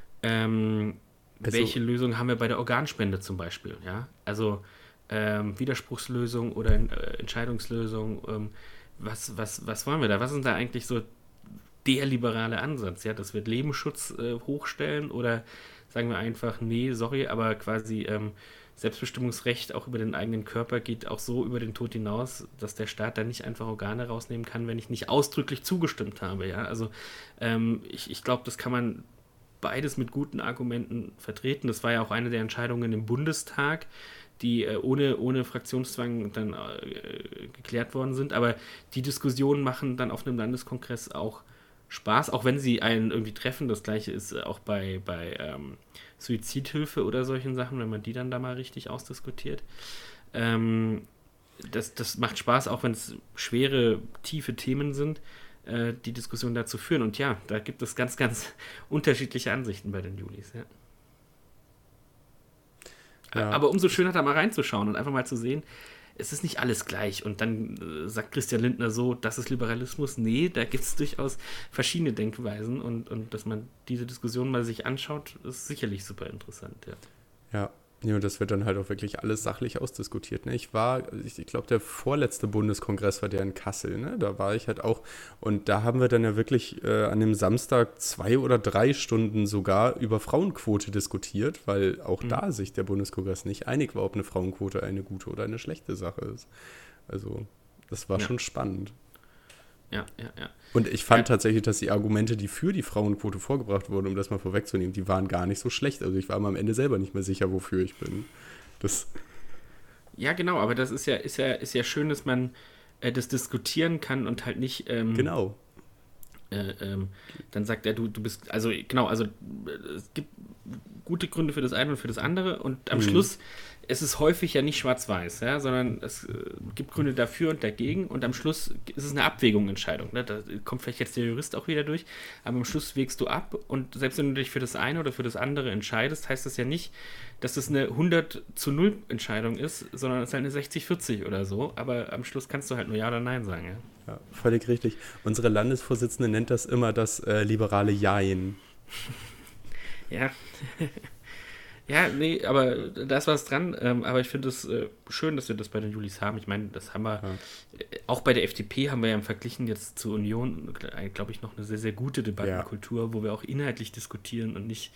welche Lösung haben wir bei der Organspende zum Beispiel, ja? Also Widerspruchslösung oder Entscheidungslösung, was wollen wir da? Was ist da eigentlich so der liberale Ansatz? Ja, dass wir Lebensschutz hochstellen, oder sagen wir einfach, nee, sorry, aber quasi Selbstbestimmungsrecht auch über den eigenen Körper geht auch so über den Tod hinaus, dass der Staat dann nicht einfach Organe rausnehmen kann, wenn ich nicht ausdrücklich zugestimmt habe. Ja? Also ich glaube, das kann man beides mit guten Argumenten vertreten. Das war ja auch eine der Entscheidungen im Bundestag, die ohne Fraktionszwang dann geklärt worden sind. Aber die Diskussionen machen dann auf einem Landeskongress auch Spaß, auch wenn sie einen irgendwie treffen. Das Gleiche ist auch bei Suizidhilfe oder solchen Sachen, wenn man die dann da mal richtig ausdiskutiert. Das macht Spaß, auch wenn es schwere, tiefe Themen sind, die Diskussion dazu führen. Und ja, da gibt es ganz, ganz unterschiedliche Ansichten bei den Julis. Ja. Ja. Aber umso schöner da mal reinzuschauen und einfach mal zu sehen, es ist nicht alles gleich. Und dann sagt Christian Lindner so, das ist Liberalismus. Nee, da gibt es durchaus verschiedene Denkweisen. Und dass man diese Diskussion mal sich anschaut, ist sicherlich super interessant. Ja, und das wird dann halt auch wirklich alles sachlich ausdiskutiert. Ne? Ich glaube, der vorletzte Bundeskongress war der in Kassel. Ne? Da war ich halt auch. Und da haben wir dann ja wirklich an dem Samstag 2 oder 3 Stunden sogar über Frauenquote diskutiert, weil auch da sich der Bundeskongress nicht einig war, ob eine Frauenquote eine gute oder eine schlechte Sache ist. Also das war schon spannend. Ja. Und ich fand tatsächlich, dass die Argumente, die für die Frauenquote vorgebracht wurden, um das mal vorwegzunehmen, die waren gar nicht so schlecht. Also ich war mir am Ende selber nicht mehr sicher, wofür ich bin. Ja, genau, aber das ist ja schön, dass man das diskutieren kann und halt nicht genau. Dann sagt er, du bist, also es gibt gute Gründe für das eine und für das andere und am Schluss es ist häufig ja nicht schwarz-weiß, ja, sondern es gibt Gründe dafür und dagegen und am Schluss ist es eine Abwägungsentscheidung. Ne? Da kommt vielleicht jetzt der Jurist auch wieder durch, aber am Schluss wägst du ab und selbst wenn du dich für das eine oder für das andere entscheidest, heißt das ja nicht, dass es eine 100-0 Entscheidung ist, sondern es ist halt eine 60-40 oder so, aber am Schluss kannst du halt nur Ja oder Nein sagen. Ja, ja, völlig richtig. Unsere Landesvorsitzende nennt das immer das liberale Jein. Ja. Ja, nee, aber da ist was dran. Aber ich finde es schön, dass wir das bei den Julis haben. Ich meine, das haben wir, auch bei der FDP haben wir ja im Verglichen jetzt zur Union, glaube ich, noch eine sehr, sehr gute Debattenkultur, wo wir auch inhaltlich diskutieren und nicht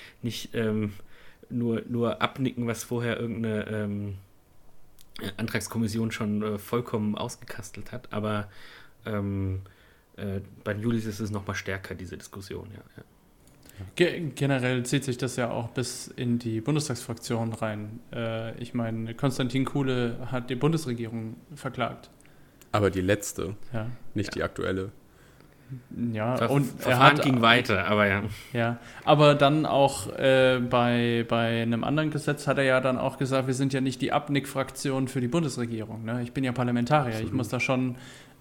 nur abnicken, was vorher irgendeine Antragskommission schon vollkommen ausgekastelt hat. Aber bei den Julis ist es nochmal stärker, diese Diskussion, ja. Generell zieht sich das ja auch bis in die Bundestagsfraktion rein. Ich meine, Konstantin Kuhle hat die Bundesregierung verklagt. Aber die letzte, nicht die aktuelle. Ja, und Verfahren ging weiter, aber ja. Ja, aber dann auch bei einem anderen Gesetz hat er ja dann auch gesagt, wir sind ja nicht die Abnick-Fraktion für die Bundesregierung. Ne? Ich bin ja Parlamentarier, ich muss da schon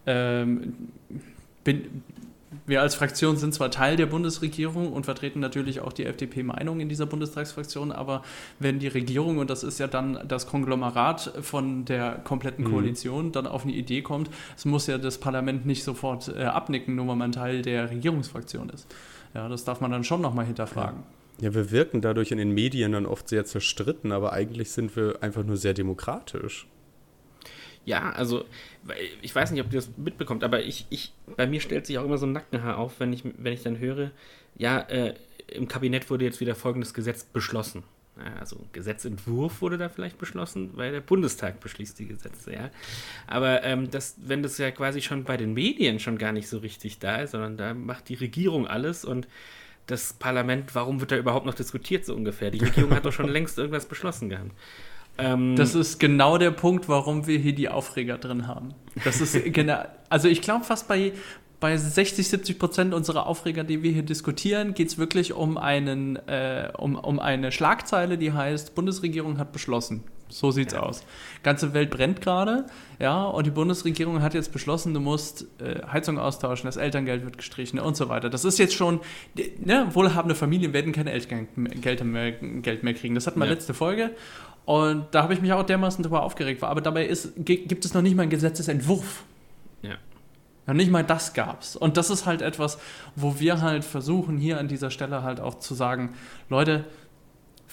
wir als Fraktion sind zwar Teil der Bundesregierung und vertreten natürlich auch die FDP-Meinung in dieser Bundestagsfraktion, aber wenn die Regierung, und das ist ja dann das Konglomerat von der kompletten Koalition, dann auf eine Idee kommt, es muss ja das Parlament nicht sofort abnicken, nur weil man Teil der Regierungsfraktion ist. Ja, das darf man dann schon nochmal hinterfragen. Ja, wir wirken dadurch in den Medien dann oft sehr zerstritten, aber eigentlich sind wir einfach nur sehr demokratisch. Ja, also ich weiß nicht, ob ihr das mitbekommt, aber bei mir stellt sich auch immer so ein Nackenhaar auf, wenn ich dann höre, im Kabinett wurde jetzt wieder folgendes Gesetz beschlossen. Ja, also ein Gesetzentwurf wurde da vielleicht beschlossen, weil der Bundestag beschließt die Gesetze, ja. Aber wenn das ja quasi schon bei den Medien schon gar nicht so richtig da ist, sondern da macht die Regierung alles und das Parlament, warum wird da überhaupt noch diskutiert, so ungefähr? Die Regierung hat doch schon längst irgendwas beschlossen gehabt. Das ist genau der Punkt, warum wir hier die Aufreger drin haben. Das ist genau, also ich glaube fast bei 60-70% unserer Aufreger, die wir hier diskutieren, geht es wirklich um eine Schlagzeile, die heißt, Bundesregierung hat beschlossen. So sieht's aus. Ganze Welt brennt gerade, ja, und die Bundesregierung hat jetzt beschlossen, du musst Heizung austauschen, das Elterngeld wird gestrichen und so weiter. Das ist jetzt schon, wohlhabende Familien werden kein Elterngeld mehr kriegen. Das hatten wir letzte Folge. Und da habe ich mich auch dermaßen drüber aufgeregt. Aber dabei gibt es noch nicht mal einen Gesetzesentwurf. Ja. Noch nicht mal das gab's. Und das ist halt etwas, wo wir halt versuchen, hier an dieser Stelle halt auch zu sagen, Leute,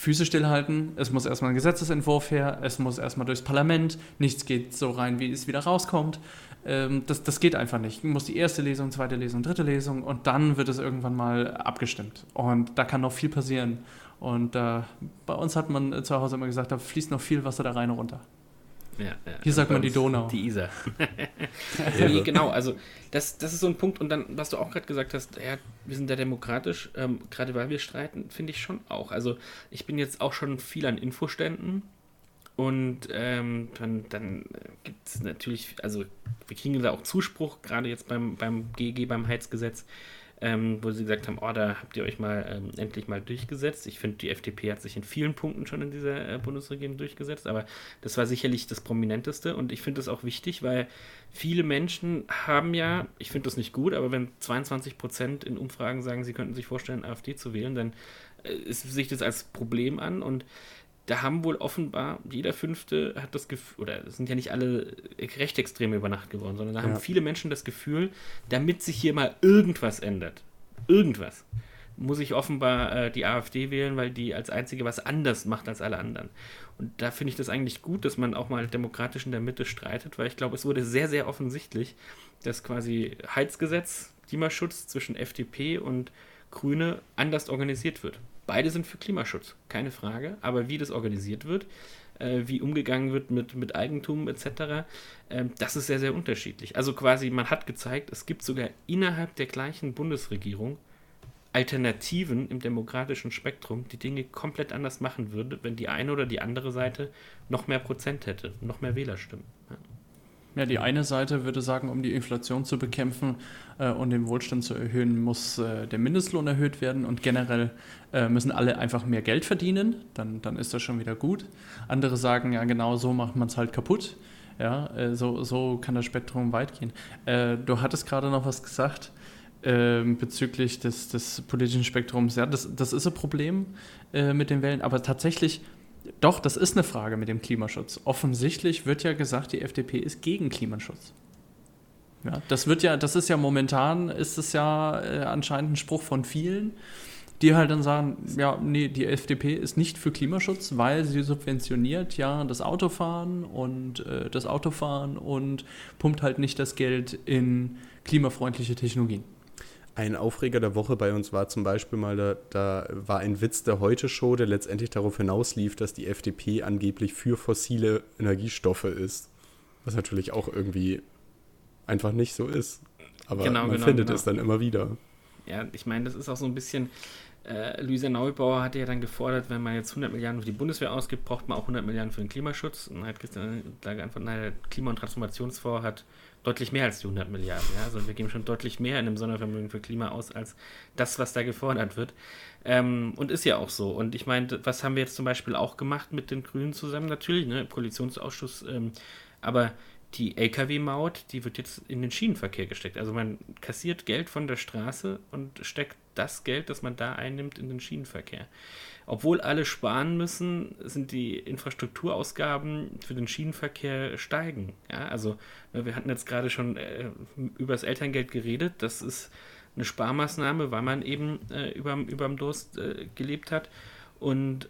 Füße stillhalten, es muss erstmal ein Gesetzesentwurf her, es muss erstmal durchs Parlament, nichts geht so rein, wie es wieder rauskommt. Das geht einfach nicht. Man muss die erste Lesung, zweite Lesung, dritte Lesung und dann wird es irgendwann mal abgestimmt. Und da kann noch viel passieren. Und bei uns hat man zu Hause immer gesagt, da fließt noch viel Wasser da rein und runter. Ja. Hier sagt man die Donau. Die Isar. Nee, genau, also das ist so ein Punkt. Und dann, was du auch gerade gesagt hast, ja, wir sind ja demokratisch, gerade weil wir streiten, finde ich schon auch. Also ich bin jetzt auch schon viel an Infoständen und dann gibt es natürlich, also wir kriegen da auch Zuspruch, gerade jetzt beim GEG, beim Heizgesetz, wo sie gesagt haben, da habt ihr euch mal endlich mal durchgesetzt. Ich finde, die FDP hat sich in vielen Punkten schon in dieser Bundesregierung durchgesetzt, aber das war sicherlich das Prominenteste und ich finde das auch wichtig, weil viele Menschen haben ja, ich finde das nicht gut, aber wenn 22% in Umfragen sagen, sie könnten sich vorstellen, AfD zu wählen, dann sich das als Problem an und da haben wohl offenbar, jeder Fünfte hat das Gefühl, oder es sind ja nicht alle Rechtsextreme über Nacht geworden, sondern da haben viele Menschen das Gefühl, damit sich hier mal irgendwas ändert, muss ich offenbar die AfD wählen, weil die als einzige was anders macht als alle anderen. Und da finde ich das eigentlich gut, dass man auch mal demokratisch in der Mitte streitet, weil ich glaube, es wurde sehr, sehr offensichtlich, dass quasi Heizgesetz, Klimaschutz zwischen FDP und Grüne anders organisiert wird. Beide sind für Klimaschutz, keine Frage, aber wie das organisiert wird, wie umgegangen wird mit Eigentum etc., das ist sehr, sehr unterschiedlich. Also quasi, man hat gezeigt, es gibt sogar innerhalb der gleichen Bundesregierung Alternativen im demokratischen Spektrum, die Dinge komplett anders machen würde, wenn die eine oder die andere Seite noch mehr Prozent hätte, noch mehr Wählerstimmen. Ja, die eine Seite würde sagen, um die Inflation zu bekämpfen und den Wohlstand zu erhöhen, muss der Mindestlohn erhöht werden und generell müssen alle einfach mehr Geld verdienen, dann ist das schon wieder gut. Andere sagen, ja genau, so macht man es halt kaputt. Ja, so kann das Spektrum weit gehen. Du hattest gerade noch was gesagt bezüglich des politischen Spektrums. Ja, das ist ein Problem mit den Wählen, aber tatsächlich doch, das ist eine Frage mit dem Klimaschutz. Offensichtlich wird ja gesagt, die FDP ist gegen Klimaschutz. Ja, das ist ja momentan, ist es ja anscheinend ein Spruch von vielen, die halt dann sagen, ja, nee, die FDP ist nicht für Klimaschutz, weil sie subventioniert ja das Autofahren und pumpt halt nicht das Geld in klimafreundliche Technologien. Ein Aufreger der Woche bei uns war zum Beispiel mal, da war ein Witz der Heute-Show, der letztendlich darauf hinauslief, dass die FDP angeblich für fossile Energiestoffe ist. Was natürlich auch irgendwie einfach nicht so ist. Aber man findet es dann immer wieder. Ja, ich meine, das ist auch so ein bisschen, Luisa Neubauer hatte ja dann gefordert, wenn man jetzt 100 Milliarden für die Bundeswehr ausgibt, braucht man auch 100 Milliarden für den Klimaschutz. Und dann hat Christian geantwortet, nein, der Klima- und Transformationsfonds hat deutlich mehr als die 100 Milliarden. Ja? Also wir geben schon deutlich mehr in einem Sondervermögen für Klima aus, als das, was da gefordert wird. Und ist ja auch so. Und ich meine, was haben wir jetzt zum Beispiel auch gemacht mit den Grünen zusammen? Natürlich, ne, Koalitionsausschuss, aber die Lkw-Maut, die wird jetzt in den Schienenverkehr gesteckt. Also man kassiert Geld von der Straße und steckt das Geld, das man da einnimmt, in den Schienenverkehr. Obwohl alle sparen müssen, sind die Infrastrukturausgaben für den Schienenverkehr steigen. Ja, also wir hatten jetzt gerade schon über das Elterngeld geredet. Das ist eine Sparmaßnahme, weil man eben überm Durst gelebt hat. Und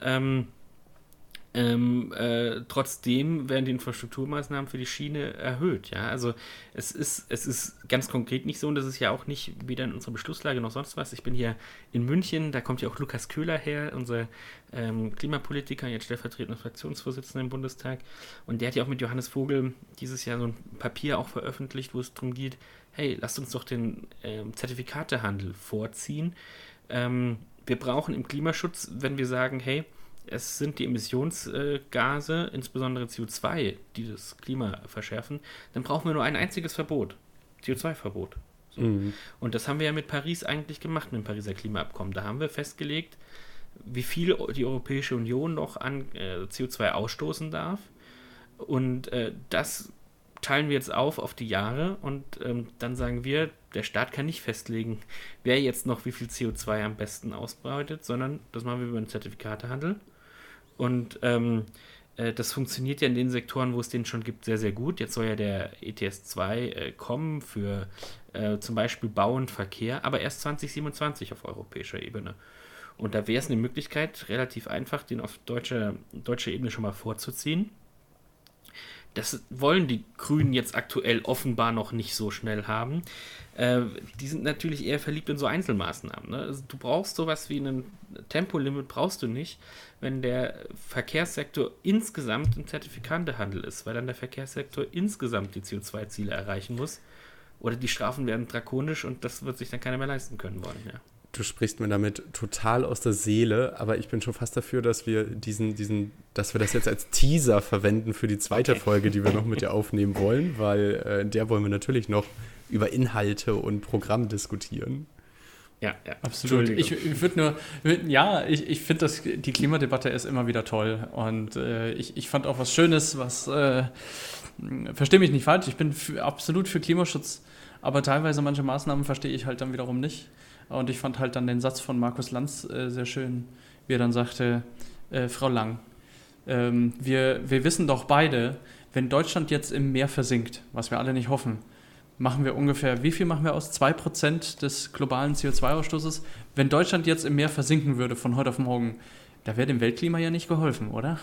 trotzdem werden die Infrastrukturmaßnahmen für die Schiene erhöht. Ja? Also es ist ganz konkret nicht so, und das ist ja auch nicht weder in unserer Beschlusslage noch sonst was. Ich bin hier in München, da kommt ja auch Lukas Köhler her, unser Klimapolitiker, jetzt stellvertretender Fraktionsvorsitzender im Bundestag, und der hat ja auch mit Johannes Vogel dieses Jahr so ein Papier auch veröffentlicht, wo es darum geht, hey, lasst uns doch den Zertifikatehandel vorziehen. Wir brauchen im Klimaschutz, wenn wir sagen, hey, es sind die Emissionsgase, insbesondere CO2, die das Klima verschärfen, dann brauchen wir nur ein einziges Verbot, CO2-Verbot. So. Mhm. Und das haben wir ja mit Paris eigentlich gemacht, mit dem Pariser Klimaabkommen. Da haben wir festgelegt, wie viel die Europäische Union noch an CO2 ausstoßen darf. Und das teilen wir jetzt auf die Jahre und dann sagen wir, der Staat kann nicht festlegen, wer jetzt noch wie viel CO2 am besten ausbeutet, sondern das machen wir über einen Zertifikatehandel. Und das funktioniert ja in den Sektoren, wo es den schon gibt, sehr, sehr gut. Jetzt soll ja der ETS 2 kommen für zum Beispiel Bau und Verkehr, aber erst 2027 auf europäischer Ebene. Und da wäre es eine Möglichkeit, relativ einfach, den auf deutscher Ebene schon mal vorzuziehen. Das wollen die Grünen jetzt aktuell offenbar noch nicht so schnell haben. Die sind natürlich eher verliebt in so Einzelmaßnahmen. Ne? Also du brauchst sowas wie ein Tempolimit, brauchst du nicht, wenn der Verkehrssektor insgesamt im Zertifikatehandel ist, weil dann der Verkehrssektor insgesamt die CO2-Ziele erreichen muss. Oder die Strafen werden drakonisch und das wird sich dann keiner mehr leisten können wollen. Ja. Du sprichst mir damit total aus der Seele, aber ich bin schon fast dafür, dass wir dass wir das jetzt als Teaser verwenden für die zweite Folge, die wir noch mit dir aufnehmen wollen, weil in der wollen wir natürlich noch über Inhalte und Programm diskutieren. Ja, absolut. Ich finde, die Klimadebatte ist immer wieder toll und ich fand auch was Schönes, verstehe mich nicht falsch, ich bin absolut für Klimaschutz, aber teilweise manche Maßnahmen verstehe ich halt dann wiederum nicht. Und ich fand halt dann den Satz von Markus Lanz sehr schön, wie er dann sagte, Frau Lang, wir wissen doch beide, wenn Deutschland jetzt im Meer versinkt, was wir alle nicht hoffen, wie viel machen wir aus? 2% des globalen CO2-Ausstoßes? Wenn Deutschland jetzt im Meer versinken würde von heute auf morgen, da wäre dem Weltklima ja nicht geholfen, oder?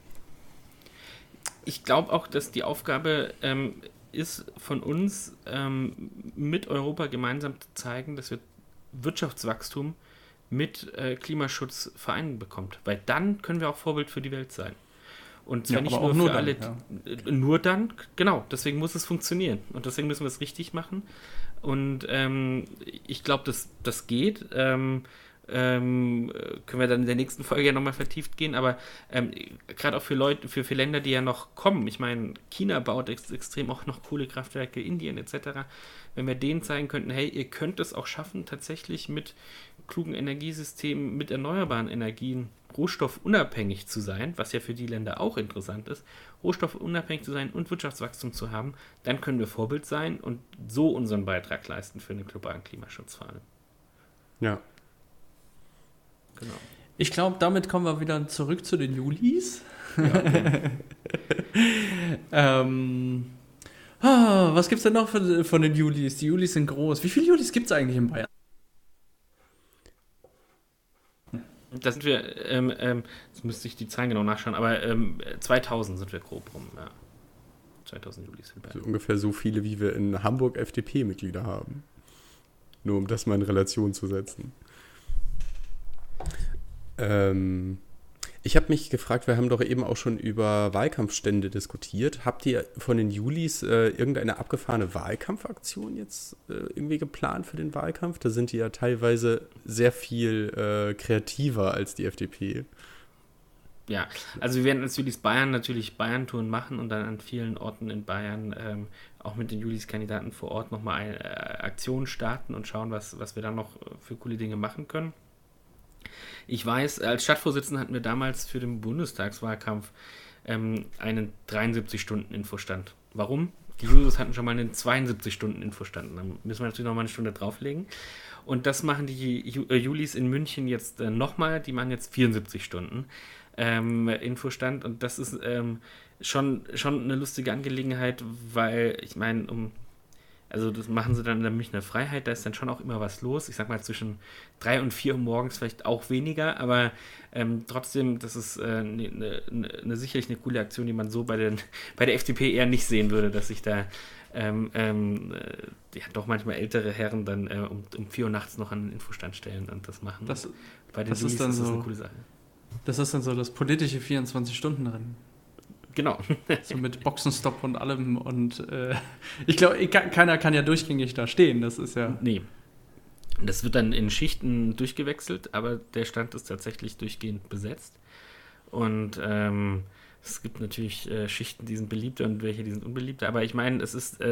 Ich glaube auch, dass die Aufgabe ist von uns, mit Europa gemeinsam zu zeigen, dass wir Wirtschaftswachstum mit Klimaschutz vereinen bekommt. Weil dann können wir auch Vorbild für die Welt sein. Und zwar nicht nur für alle. Nur dann, genau. Deswegen muss es funktionieren. Und deswegen müssen wir es richtig machen. Und ich glaube, das geht. Können wir dann in der nächsten Folge ja nochmal vertieft gehen, aber gerade auch für Länder, die ja noch kommen, ich meine, China baut extrem auch noch Kohlekraftwerke, Indien etc., wenn wir denen zeigen könnten, hey, ihr könnt es auch schaffen, tatsächlich mit klugen Energiesystemen, mit erneuerbaren Energien rohstoffunabhängig zu sein, was ja für die Länder auch interessant ist, rohstoffunabhängig zu sein und Wirtschaftswachstum zu haben, dann können wir Vorbild sein und so unseren Beitrag leisten für den globalen Klimaschutz vor allem. Ja. Genau. Ich glaube, damit kommen wir wieder zurück zu den Julis. Ja, was gibt es denn noch von den Julis? Die Julis sind groß. Wie viele Julis gibt es eigentlich in Bayern? Da sind wir, jetzt müsste ich die Zahlen genau nachschauen, aber 2000 sind wir grob rum. Ja. 2000 Julis. Also ungefähr so viele, wie wir in Hamburg FDP-Mitglieder haben. Nur um das mal in Relation zu setzen. Ich habe mich gefragt, wir haben doch eben auch schon über Wahlkampfstände diskutiert. Habt ihr von den Julis irgendeine abgefahrene Wahlkampfaktion jetzt irgendwie geplant für den Wahlkampf? Da sind die ja teilweise sehr viel kreativer als die FDP. Ja, also wir werden als Julis Bayern natürlich Bayern-Touren machen und dann an vielen Orten in Bayern auch mit den Julis-Kandidaten vor Ort nochmal eine Aktion starten und schauen, was wir dann noch für coole Dinge machen können. Ich weiß, als Stadtvorsitzender hatten wir damals für den Bundestagswahlkampf einen 73-Stunden-Infostand. Warum? Die Jusos hatten schon mal einen 72-Stunden-Infostand. Dann müssen wir natürlich nochmal eine Stunde drauflegen. Und das machen die Julis in München jetzt nochmal. Die machen jetzt 74 Stunden Infostand. Und das ist schon eine lustige Angelegenheit, weil ich meine, also das machen sie dann in der Münchner Freiheit, da ist dann schon auch immer was los. Ich sag mal zwischen 3 und 4 Uhr morgens vielleicht auch weniger, aber trotzdem, das ist sicherlich eine coole Aktion, die man so bei der FDP eher nicht sehen würde, dass sich da doch manchmal ältere Herren dann um 4 Uhr nachts noch an den Infostand stellen und das machen. Bei den Julis ist das eine coole Sache. Das ist dann so das politische 24-Stunden-Rennen. Genau. So mit Boxenstopp und allem und ich glaube, keiner kann ja durchgängig da stehen, das ist ja... Nee. Das wird dann in Schichten durchgewechselt, aber der Stand ist tatsächlich durchgehend besetzt und es gibt natürlich Schichten, die sind beliebter und welche, die sind unbeliebter, aber ich meine, es ist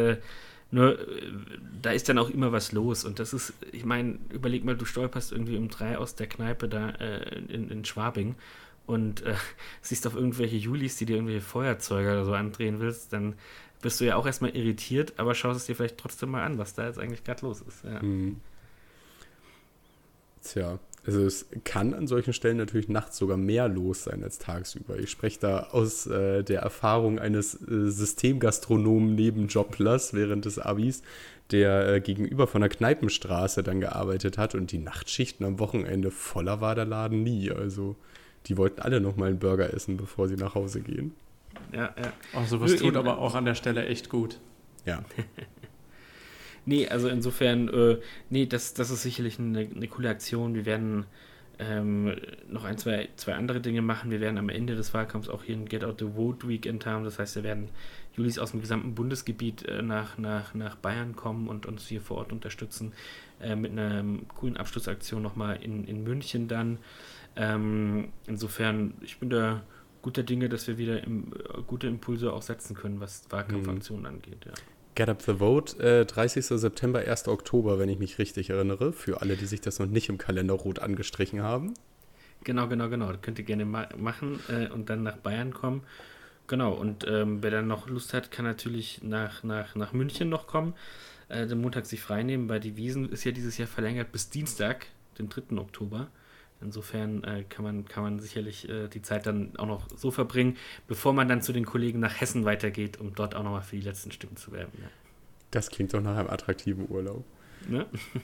da ist dann auch immer was los und das ist, ich meine, überleg mal, du stolperst irgendwie um 3 aus der Kneipe da in Schwabing und siehst auf irgendwelche Julis, die dir irgendwelche Feuerzeuge oder so andrehen willst, dann bist du ja auch erstmal irritiert, aber schaust es dir vielleicht trotzdem mal an, was da jetzt eigentlich gerade los ist. Ja. Tja, Also es kann an solchen Stellen natürlich nachts sogar mehr los sein als tagsüber. Ich spreche da aus der Erfahrung eines Systemgastronomen-Nebenjobblers während des Abis, der gegenüber von der Kneipenstraße dann gearbeitet hat und die Nachtschichten am Wochenende voller war der Laden nie. Also die wollten alle noch mal einen Burger essen, bevor sie nach Hause gehen. Ja. Oh, sowas tut aber auch an der Stelle echt gut. Ja. Nee, also insofern, das ist sicherlich eine coole Aktion. Wir werden noch zwei andere Dinge machen. Wir werden am Ende des Wahlkampfs auch hier ein Get Out the Vote Weekend haben. Das heißt, wir werden Julis aus dem gesamten Bundesgebiet nach Bayern kommen und uns hier vor Ort unterstützen mit einer coolen Abschlussaktion nochmal in München dann. Insofern, ich bin da guter Dinge, dass wir wieder gute Impulse auch setzen können, was Wahlkampfaktionen angeht, ja. Get Up the Vote, 30. September, 1. Oktober, wenn ich mich richtig erinnere, für alle, die sich das noch nicht im Kalender rot angestrichen haben. Genau. Das könnt ihr gerne machen und dann nach Bayern kommen. Genau, und wer dann noch Lust hat, kann natürlich nach München noch kommen, den Montag sich freinehmen, weil die Wiesn ist ja dieses Jahr verlängert bis Dienstag, den 3. Oktober. Insofern kann man sicherlich die Zeit dann auch noch so verbringen, bevor man dann zu den Kollegen nach Hessen weitergeht, um dort auch nochmal für die letzten Stimmen zu werben. Ja. Das klingt doch nach einem attraktiven Urlaub. Ne?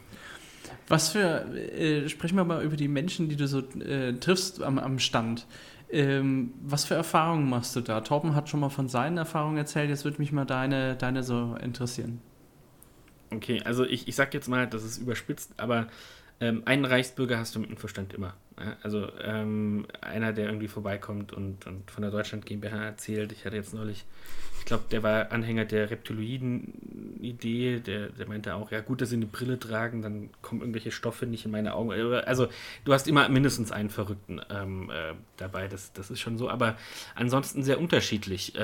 Sprechen wir mal über die Menschen, die du so triffst am Stand. Was für Erfahrungen machst du da? Torben hat schon mal von seinen Erfahrungen erzählt, jetzt würde mich mal deine so interessieren. Okay, also ich sag jetzt mal, das ist überspitzt, aber einen Reichsbürger hast du mit dem Verstand immer. Ja? Also einer, der irgendwie vorbeikommt und von der Deutschland GmbH erzählt. Ich hatte jetzt neulich, ich glaube, der war Anhänger der Reptiloiden-Idee, der meinte auch, ja gut, dass sie eine Brille tragen, dann kommen irgendwelche Stoffe nicht in meine Augen. Also du hast immer mindestens einen Verrückten dabei, das ist schon so, aber ansonsten sehr unterschiedlich.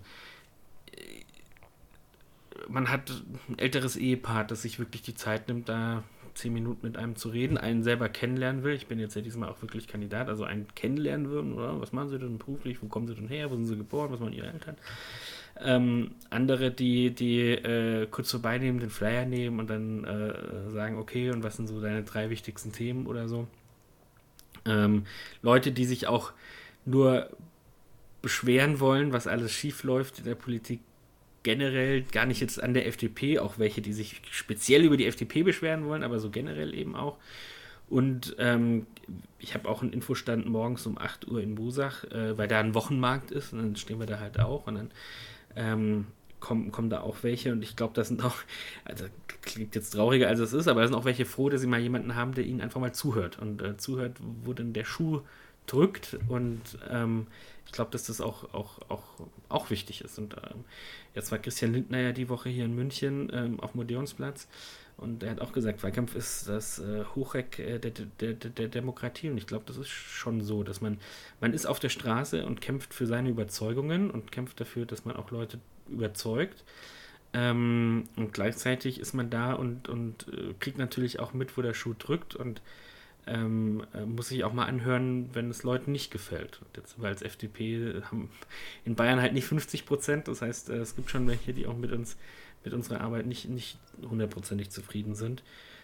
Man hat ein älteres Ehepaar, das sich wirklich die Zeit nimmt, da 10 Minuten mit einem zu reden, einen selber kennenlernen will. Ich bin jetzt ja diesmal auch wirklich Kandidat, also einen kennenlernen würden, oder? Was machen Sie denn beruflich? Wo kommen Sie denn her? Wo sind Sie geboren? Was machen Ihre Eltern? Andere, die kurz vorbeinehmen, den Flyer nehmen und dann sagen, okay, und was sind so deine 3 wichtigsten Themen oder so? Leute, die sich auch nur beschweren wollen, was alles schief läuft in der Politik, generell, gar nicht jetzt an der FDP, auch welche, die sich speziell über die FDP beschweren wollen, aber so generell eben auch. Und ich habe auch einen Infostand morgens um 8 Uhr in Busach, weil da ein Wochenmarkt ist und dann stehen wir da halt auch und dann kommen da auch welche und ich glaube, das sind auch, also klingt jetzt trauriger als es ist, aber da sind auch welche froh, dass sie mal jemanden haben, der ihnen einfach mal zuhört und zuhört, wo denn der Schuh drückt und ich glaube, dass das auch wichtig ist. Und jetzt war Christian Lindner ja die Woche hier in München auf dem Odeonsplatz und er hat auch gesagt, Wahlkampf ist das Hochreck der Demokratie und ich glaube, das ist schon so, dass man ist auf der Straße und kämpft für seine Überzeugungen und kämpft dafür, dass man auch Leute überzeugt und gleichzeitig ist man da und kriegt natürlich auch mit, wo der Schuh drückt und muss sich auch mal anhören, wenn es Leuten nicht gefällt. Und jetzt, weil als FDP haben in Bayern halt nicht 50%, das heißt, es gibt schon welche, die auch mit unserer Arbeit nicht 100%ig zufrieden sind.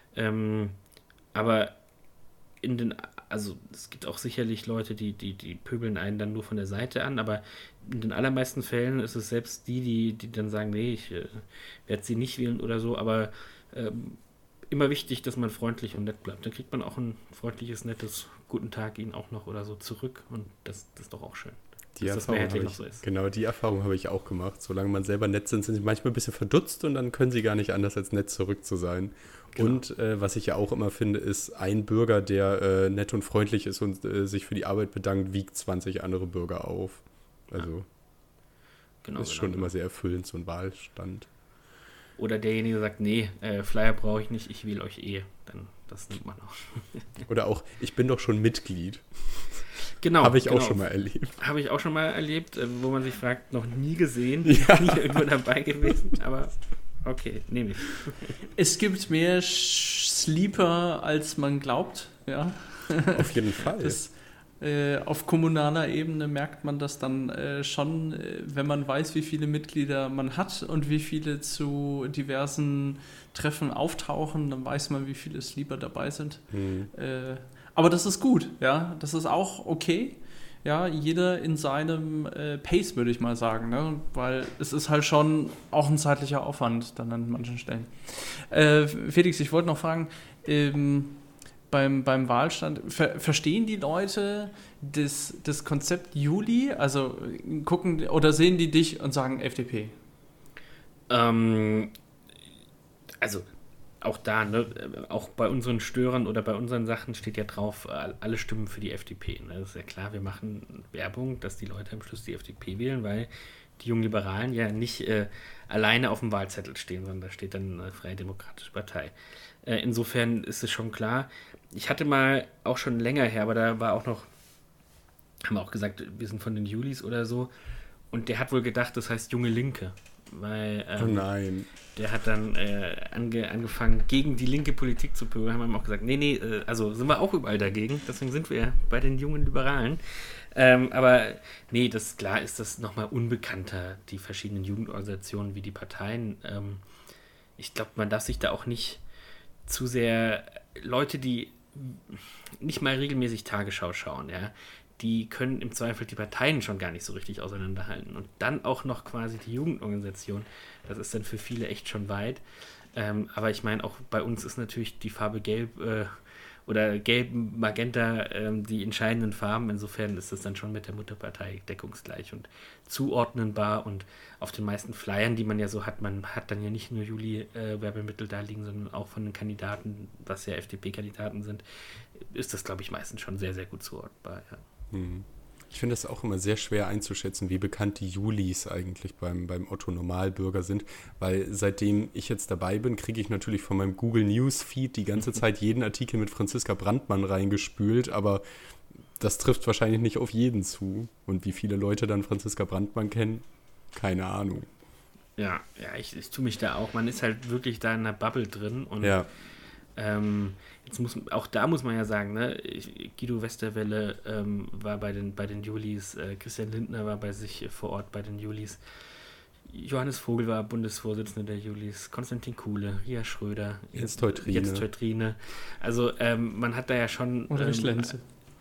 Aber also es gibt auch sicherlich Leute, die pöbeln einen dann nur von der Seite an, aber in den allermeisten Fällen ist es selbst die dann sagen, nee, ich werde sie nicht wählen oder so, aber immer wichtig, dass man freundlich und nett bleibt. Dann kriegt man auch ein freundliches, nettes Guten Tag Ihnen auch noch oder so zurück und das ist doch auch schön. Die Erfahrung habe ich auch gemacht. Solange man selber nett sind sie manchmal ein bisschen verdutzt und dann können sie gar nicht anders, als nett zurück zu sein. Genau. Und was ich ja auch immer finde, ist, ein Bürger, der nett und freundlich ist und sich für die Arbeit bedankt, wiegt 20 andere Bürger auf. Also das ist schon immer sehr erfüllend, so ein Wahlstand. Oder derjenige sagt, nee, Flyer brauche ich nicht, ich wähle euch dann das nimmt man auch. Oder auch, ich bin doch schon Mitglied. Genau. Habe ich auch schon mal erlebt. Habe ich auch schon mal erlebt, wo man sich fragt, noch nie gesehen, ja. Nie irgendwo dabei gewesen, aber okay, nehme ich. Es gibt mehr Sleeper, als man glaubt, ja. Auf jeden Fall. Auf kommunaler Ebene merkt man das dann schon, wenn man weiß, wie viele Mitglieder man hat und wie viele zu diversen Treffen auftauchen, dann weiß man, wie viele Sleeper dabei sind. Aber das ist gut, ja, das ist auch okay. Ja, jeder in seinem Pace, würde ich mal sagen, ne? Weil es ist halt schon auch ein zeitlicher Aufwand dann an manchen Stellen. Felix, ich wollte noch fragen, beim Wahlstand, verstehen die Leute das Konzept Juli? Also gucken oder sehen die dich und sagen FDP? Also auch da, ne, auch bei unseren Störern oder bei unseren Sachen steht ja drauf, alle stimmen für die FDP. Ne? Das ist ja klar, wir machen Werbung, dass die Leute am Schluss die FDP wählen, weil die jungen Liberalen ja nicht alleine auf dem Wahlzettel stehen, sondern da steht dann eine Freie Demokratische Partei. Insofern ist es schon klar. Ich hatte mal auch schon länger her, aber da war auch noch, haben wir auch gesagt, wir sind von den Julis oder so. Und der hat wohl gedacht, das heißt Junge Linke. Weil Oh nein. der hat dann angefangen, gegen die linke Politik zu pöbeln. Haben wir auch gesagt, nee, also sind wir auch überall dagegen. Deswegen sind wir bei den jungen Liberalen. Aber nee, das klar ist das nochmal unbekannter, die verschiedenen Jugendorganisationen wie die Parteien. Ich glaube, man darf sich da auch nicht zu sehr, Leute, die nicht mal regelmäßig Tagesschau schauen, ja, die können im Zweifel die Parteien schon gar nicht so richtig auseinanderhalten. Und dann auch noch quasi die Jugendorganisation, das ist dann für viele echt schon weit. Aber ich meine, auch bei uns ist natürlich die Farbe Gelb oder Gelb, Magenta die entscheidenden Farben. Insofern ist das dann schon mit der Mutterpartei deckungsgleich und zuordnenbar. Und auf den meisten Flyern, die man ja so hat, man hat dann ja nicht nur Juli-Werbemittel da liegen, sondern auch von den Kandidaten, was ja FDP-Kandidaten sind, ist das, glaube ich, meistens schon sehr, sehr gut zuordnbar. Ja. Ich finde das auch immer sehr schwer einzuschätzen, wie bekannt die Julis eigentlich beim Otto-Normalbürger sind, weil seitdem ich jetzt dabei bin, kriege ich natürlich von meinem Google News-Feed die ganze Zeit jeden Artikel mit Franziska Brandmann reingespült, aber das trifft wahrscheinlich nicht auf jeden zu. Und wie viele Leute dann Franziska Brandmann kennen, keine Ahnung. Ja, ich tue mich da auch, man ist halt wirklich da in einer Bubble drin und Ja. jetzt auch da muss man ja sagen, ne, Guido Westerwelle war bei den Julis, Christian Lindner war bei sich vor Ort bei den Julis, Johannes Vogel war Bundesvorsitzender der Julis, Konstantin Kuhle, Ria Schröder, Jetzt Teutrine. Also man hat da ja schon... Oder die Schlenze.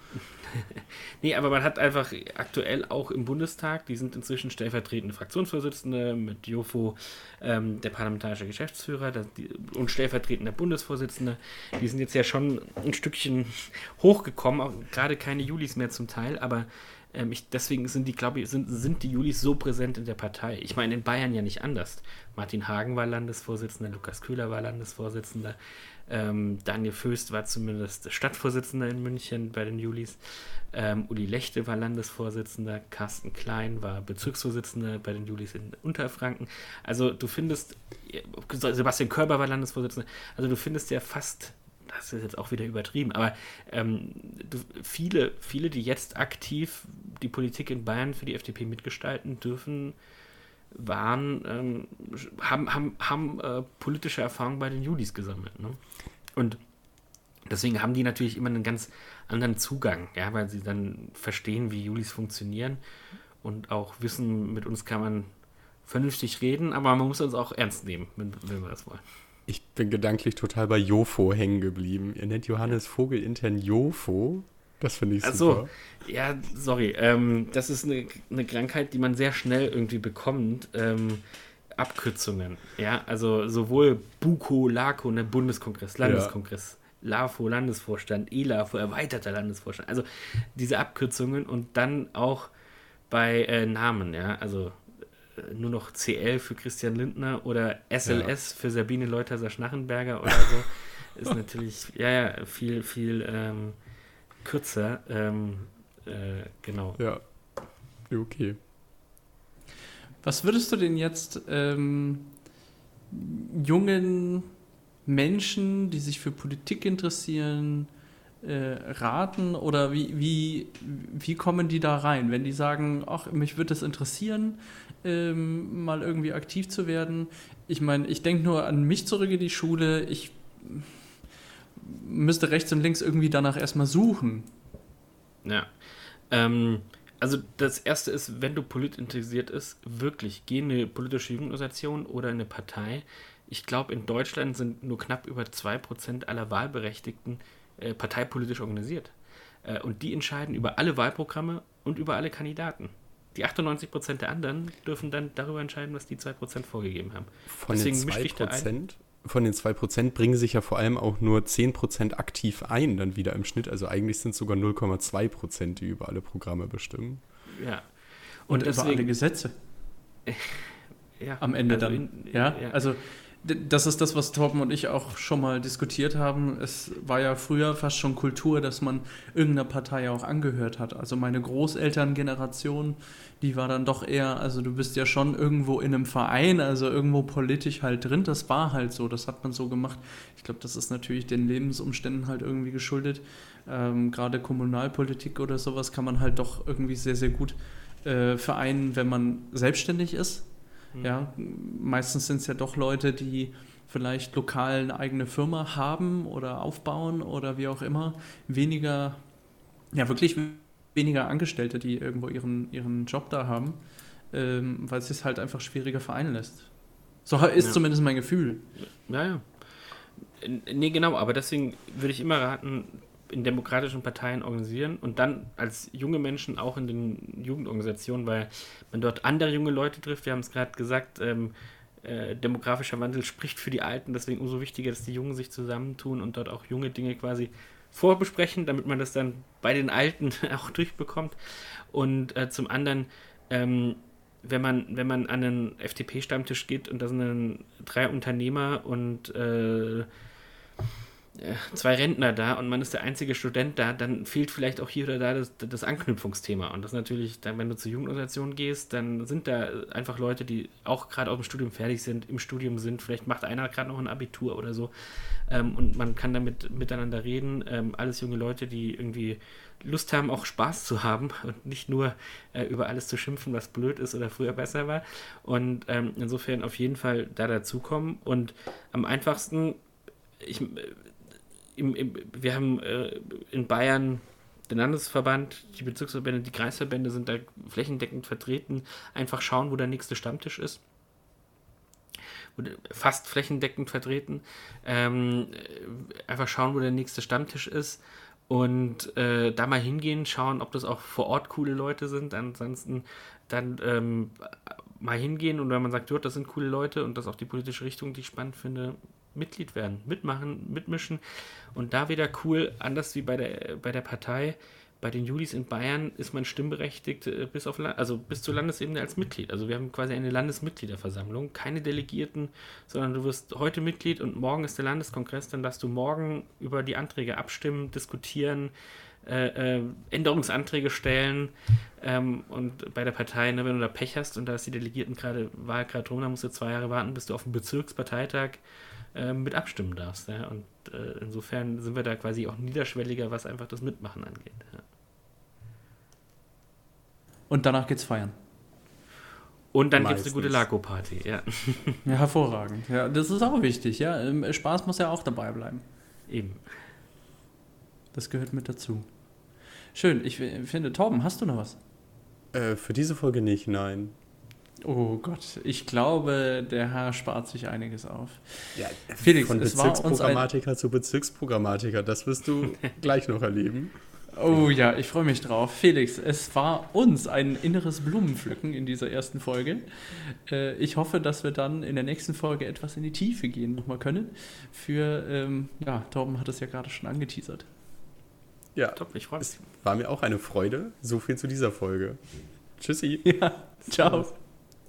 Nee, aber man hat einfach aktuell auch im Bundestag, die sind inzwischen stellvertretende Fraktionsvorsitzende mit Jofo, der parlamentarische Geschäftsführer und stellvertretender Bundesvorsitzende. Die sind jetzt ja schon ein Stückchen hochgekommen, auch gerade keine Julis mehr zum Teil, aber deswegen sind die Julis so präsent in der Partei. Ich meine, in Bayern ja nicht anders. Martin Hagen war Landesvorsitzender, Lukas Köhler war Landesvorsitzender, Daniel Föst war zumindest Stadtvorsitzender in München bei den Julis, Uli Lechte war Landesvorsitzender, Carsten Klein war Bezirksvorsitzender bei den Julis in Unterfranken. Also du findest, Sebastian Körber war Landesvorsitzender, also du findest ja fast, das ist jetzt auch wieder übertrieben, aber viele, die jetzt aktiv die Politik in Bayern für die FDP mitgestalten dürfen, haben politische Erfahrung bei den Julis gesammelt. Ne? Und deswegen haben die natürlich immer einen ganz anderen Zugang, ja, weil sie dann verstehen, wie Julis funktionieren und auch wissen, mit uns kann man vernünftig reden, aber man muss uns auch ernst nehmen, wenn wir das wollen. Ich bin gedanklich total bei Jofo hängen geblieben. Ihr nennt Johannes Vogel intern Jofo. Das finde ich super. Achso, ja, sorry. Das ist eine Krankheit, die man sehr schnell irgendwie bekommt. Abkürzungen. Ja, also sowohl BUKO, LAKO, ne, Bundeskongress, Landeskongress, LAFO, Landesvorstand, ELAFO, erweiterter Landesvorstand. Also diese Abkürzungen und dann auch bei Namen, ja, also nur noch CL für Christian Lindner oder SLS für Sabine Leutherer-Schnarrenberger oder so, ist natürlich, viel, viel kürzer, genau. Ja, okay. Was würdest du denn jetzt jungen Menschen, die sich für Politik interessieren, raten oder wie kommen die da rein? Wenn die sagen, ach, mich würde das interessieren, mal irgendwie aktiv zu werden. Ich meine, ich denke nur an mich zurück in die Schule. Ich müsste rechts und links irgendwie danach erstmal suchen. Ja, also das Erste ist, wenn du interessiert ist, wirklich, geh in eine politische Jugendorganisation oder in eine Partei. Ich glaube, in Deutschland sind nur knapp über 2% aller Wahlberechtigten parteipolitisch organisiert. Und die entscheiden über alle Wahlprogramme und über alle Kandidaten. Die 98% der anderen dürfen dann darüber entscheiden, was die 2% vorgegeben haben. Von den 2% bringen sich ja vor allem auch nur 10% aktiv ein, dann wieder im Schnitt. Also eigentlich sind es sogar 0,2%, die über alle Programme bestimmen. Ja. Und deswegen, über alle Gesetze. Ja. Am Ende also dann. Also das ist das, was Torben und ich auch schon mal diskutiert haben. Es war ja früher fast schon Kultur, dass man irgendeiner Partei auch angehört hat. Also meine Großelterngeneration, die war dann doch eher, also du bist ja schon irgendwo in einem Verein, also irgendwo politisch halt drin. Das war halt so, das hat man so gemacht. Ich glaube, das ist natürlich den Lebensumständen halt irgendwie geschuldet. Gerade Kommunalpolitik oder sowas kann man halt doch irgendwie sehr, sehr gut vereinen, wenn man selbstständig ist. Ja, meistens sind es ja doch Leute, die vielleicht lokal eine eigene Firma haben oder aufbauen oder wie auch immer. Wirklich weniger Angestellte, die irgendwo ihren Job da haben, weil es sich halt einfach schwieriger vereinen lässt. So ist zumindest mein Gefühl. Ja. Nee, genau, aber deswegen würde ich immer raten, in demokratischen Parteien organisieren und dann als junge Menschen auch in den Jugendorganisationen, weil man dort andere junge Leute trifft. Wir haben es gerade gesagt, demografischer Wandel spricht für die Alten, deswegen umso wichtiger, dass die Jungen sich zusammentun und dort auch junge Dinge quasi vorbesprechen, damit man das dann bei den Alten auch durchbekommt. Und zum anderen, wenn man an einen FDP-Stammtisch geht und da sind dann 3 Unternehmer und 2 Rentner da und man ist der einzige Student da, dann fehlt vielleicht auch hier oder da das Anknüpfungsthema. Und das natürlich, dann, wenn du zur Jugendorganisation gehst, dann sind da einfach Leute, die auch gerade aus dem Studium fertig sind, im Studium sind, vielleicht macht einer gerade noch ein Abitur oder so, und man kann damit miteinander reden. Alles junge Leute, die irgendwie Lust haben, auch Spaß zu haben und nicht nur über alles zu schimpfen, was blöd ist oder früher besser war. Und insofern auf jeden Fall da dazukommen. Und am einfachsten, wir haben in Bayern den Landesverband, die Bezirksverbände, die Kreisverbände sind da flächendeckend vertreten. Einfach schauen, wo der nächste Stammtisch ist. Fast flächendeckend vertreten. Einfach schauen, wo der nächste Stammtisch ist. Und da mal hingehen, schauen, ob das auch vor Ort coole Leute sind. Ansonsten dann mal hingehen und wenn man sagt, das sind coole Leute und das ist auch die politische Richtung, die ich spannend finde, Mitglied werden, mitmachen, mitmischen und da wieder cool, anders wie bei der Partei, bei den Julis in Bayern ist man stimmberechtigt bis zur Landesebene als Mitglied. Also wir haben quasi eine Landesmitgliederversammlung, keine Delegierten, sondern du wirst heute Mitglied und morgen ist der Landeskongress, dann darfst du morgen über die Anträge abstimmen, diskutieren, Änderungsanträge stellen und bei der Partei, wenn du da Pech hast und da ist die Delegiertenwahl gerade rum, dann musst du 2 Jahre warten, bis du auf dem Bezirksparteitag mit abstimmen darfst. Ja? Und insofern sind wir da quasi auch niederschwelliger, was einfach das Mitmachen angeht. Ja. Und danach geht's feiern. Und dann gibt es eine gute Lago-Party. Ja. Ja, hervorragend. Ja, das ist auch wichtig. Ja? Spaß muss ja auch dabei bleiben. Eben. Das gehört mit dazu. Schön. Ich finde, Torben, hast du noch was? Für diese Folge nicht, nein. Oh Gott, ich glaube, der Herr spart sich einiges auf. Ja, Felix, von Bezirksprogrammatiker zu Bezirksprogrammatiker, das wirst du gleich noch erleben. Oh ja, ich freue mich drauf. Felix, es war uns ein inneres Blumenpflücken in dieser ersten Folge. Ich hoffe, dass wir dann in der nächsten Folge etwas in die Tiefe gehen nochmal können. Torben hat es ja gerade schon angeteasert. Ja, top, ich freue mich. Es war mir auch eine Freude. So viel zu dieser Folge. Tschüssi. Ja, ciao.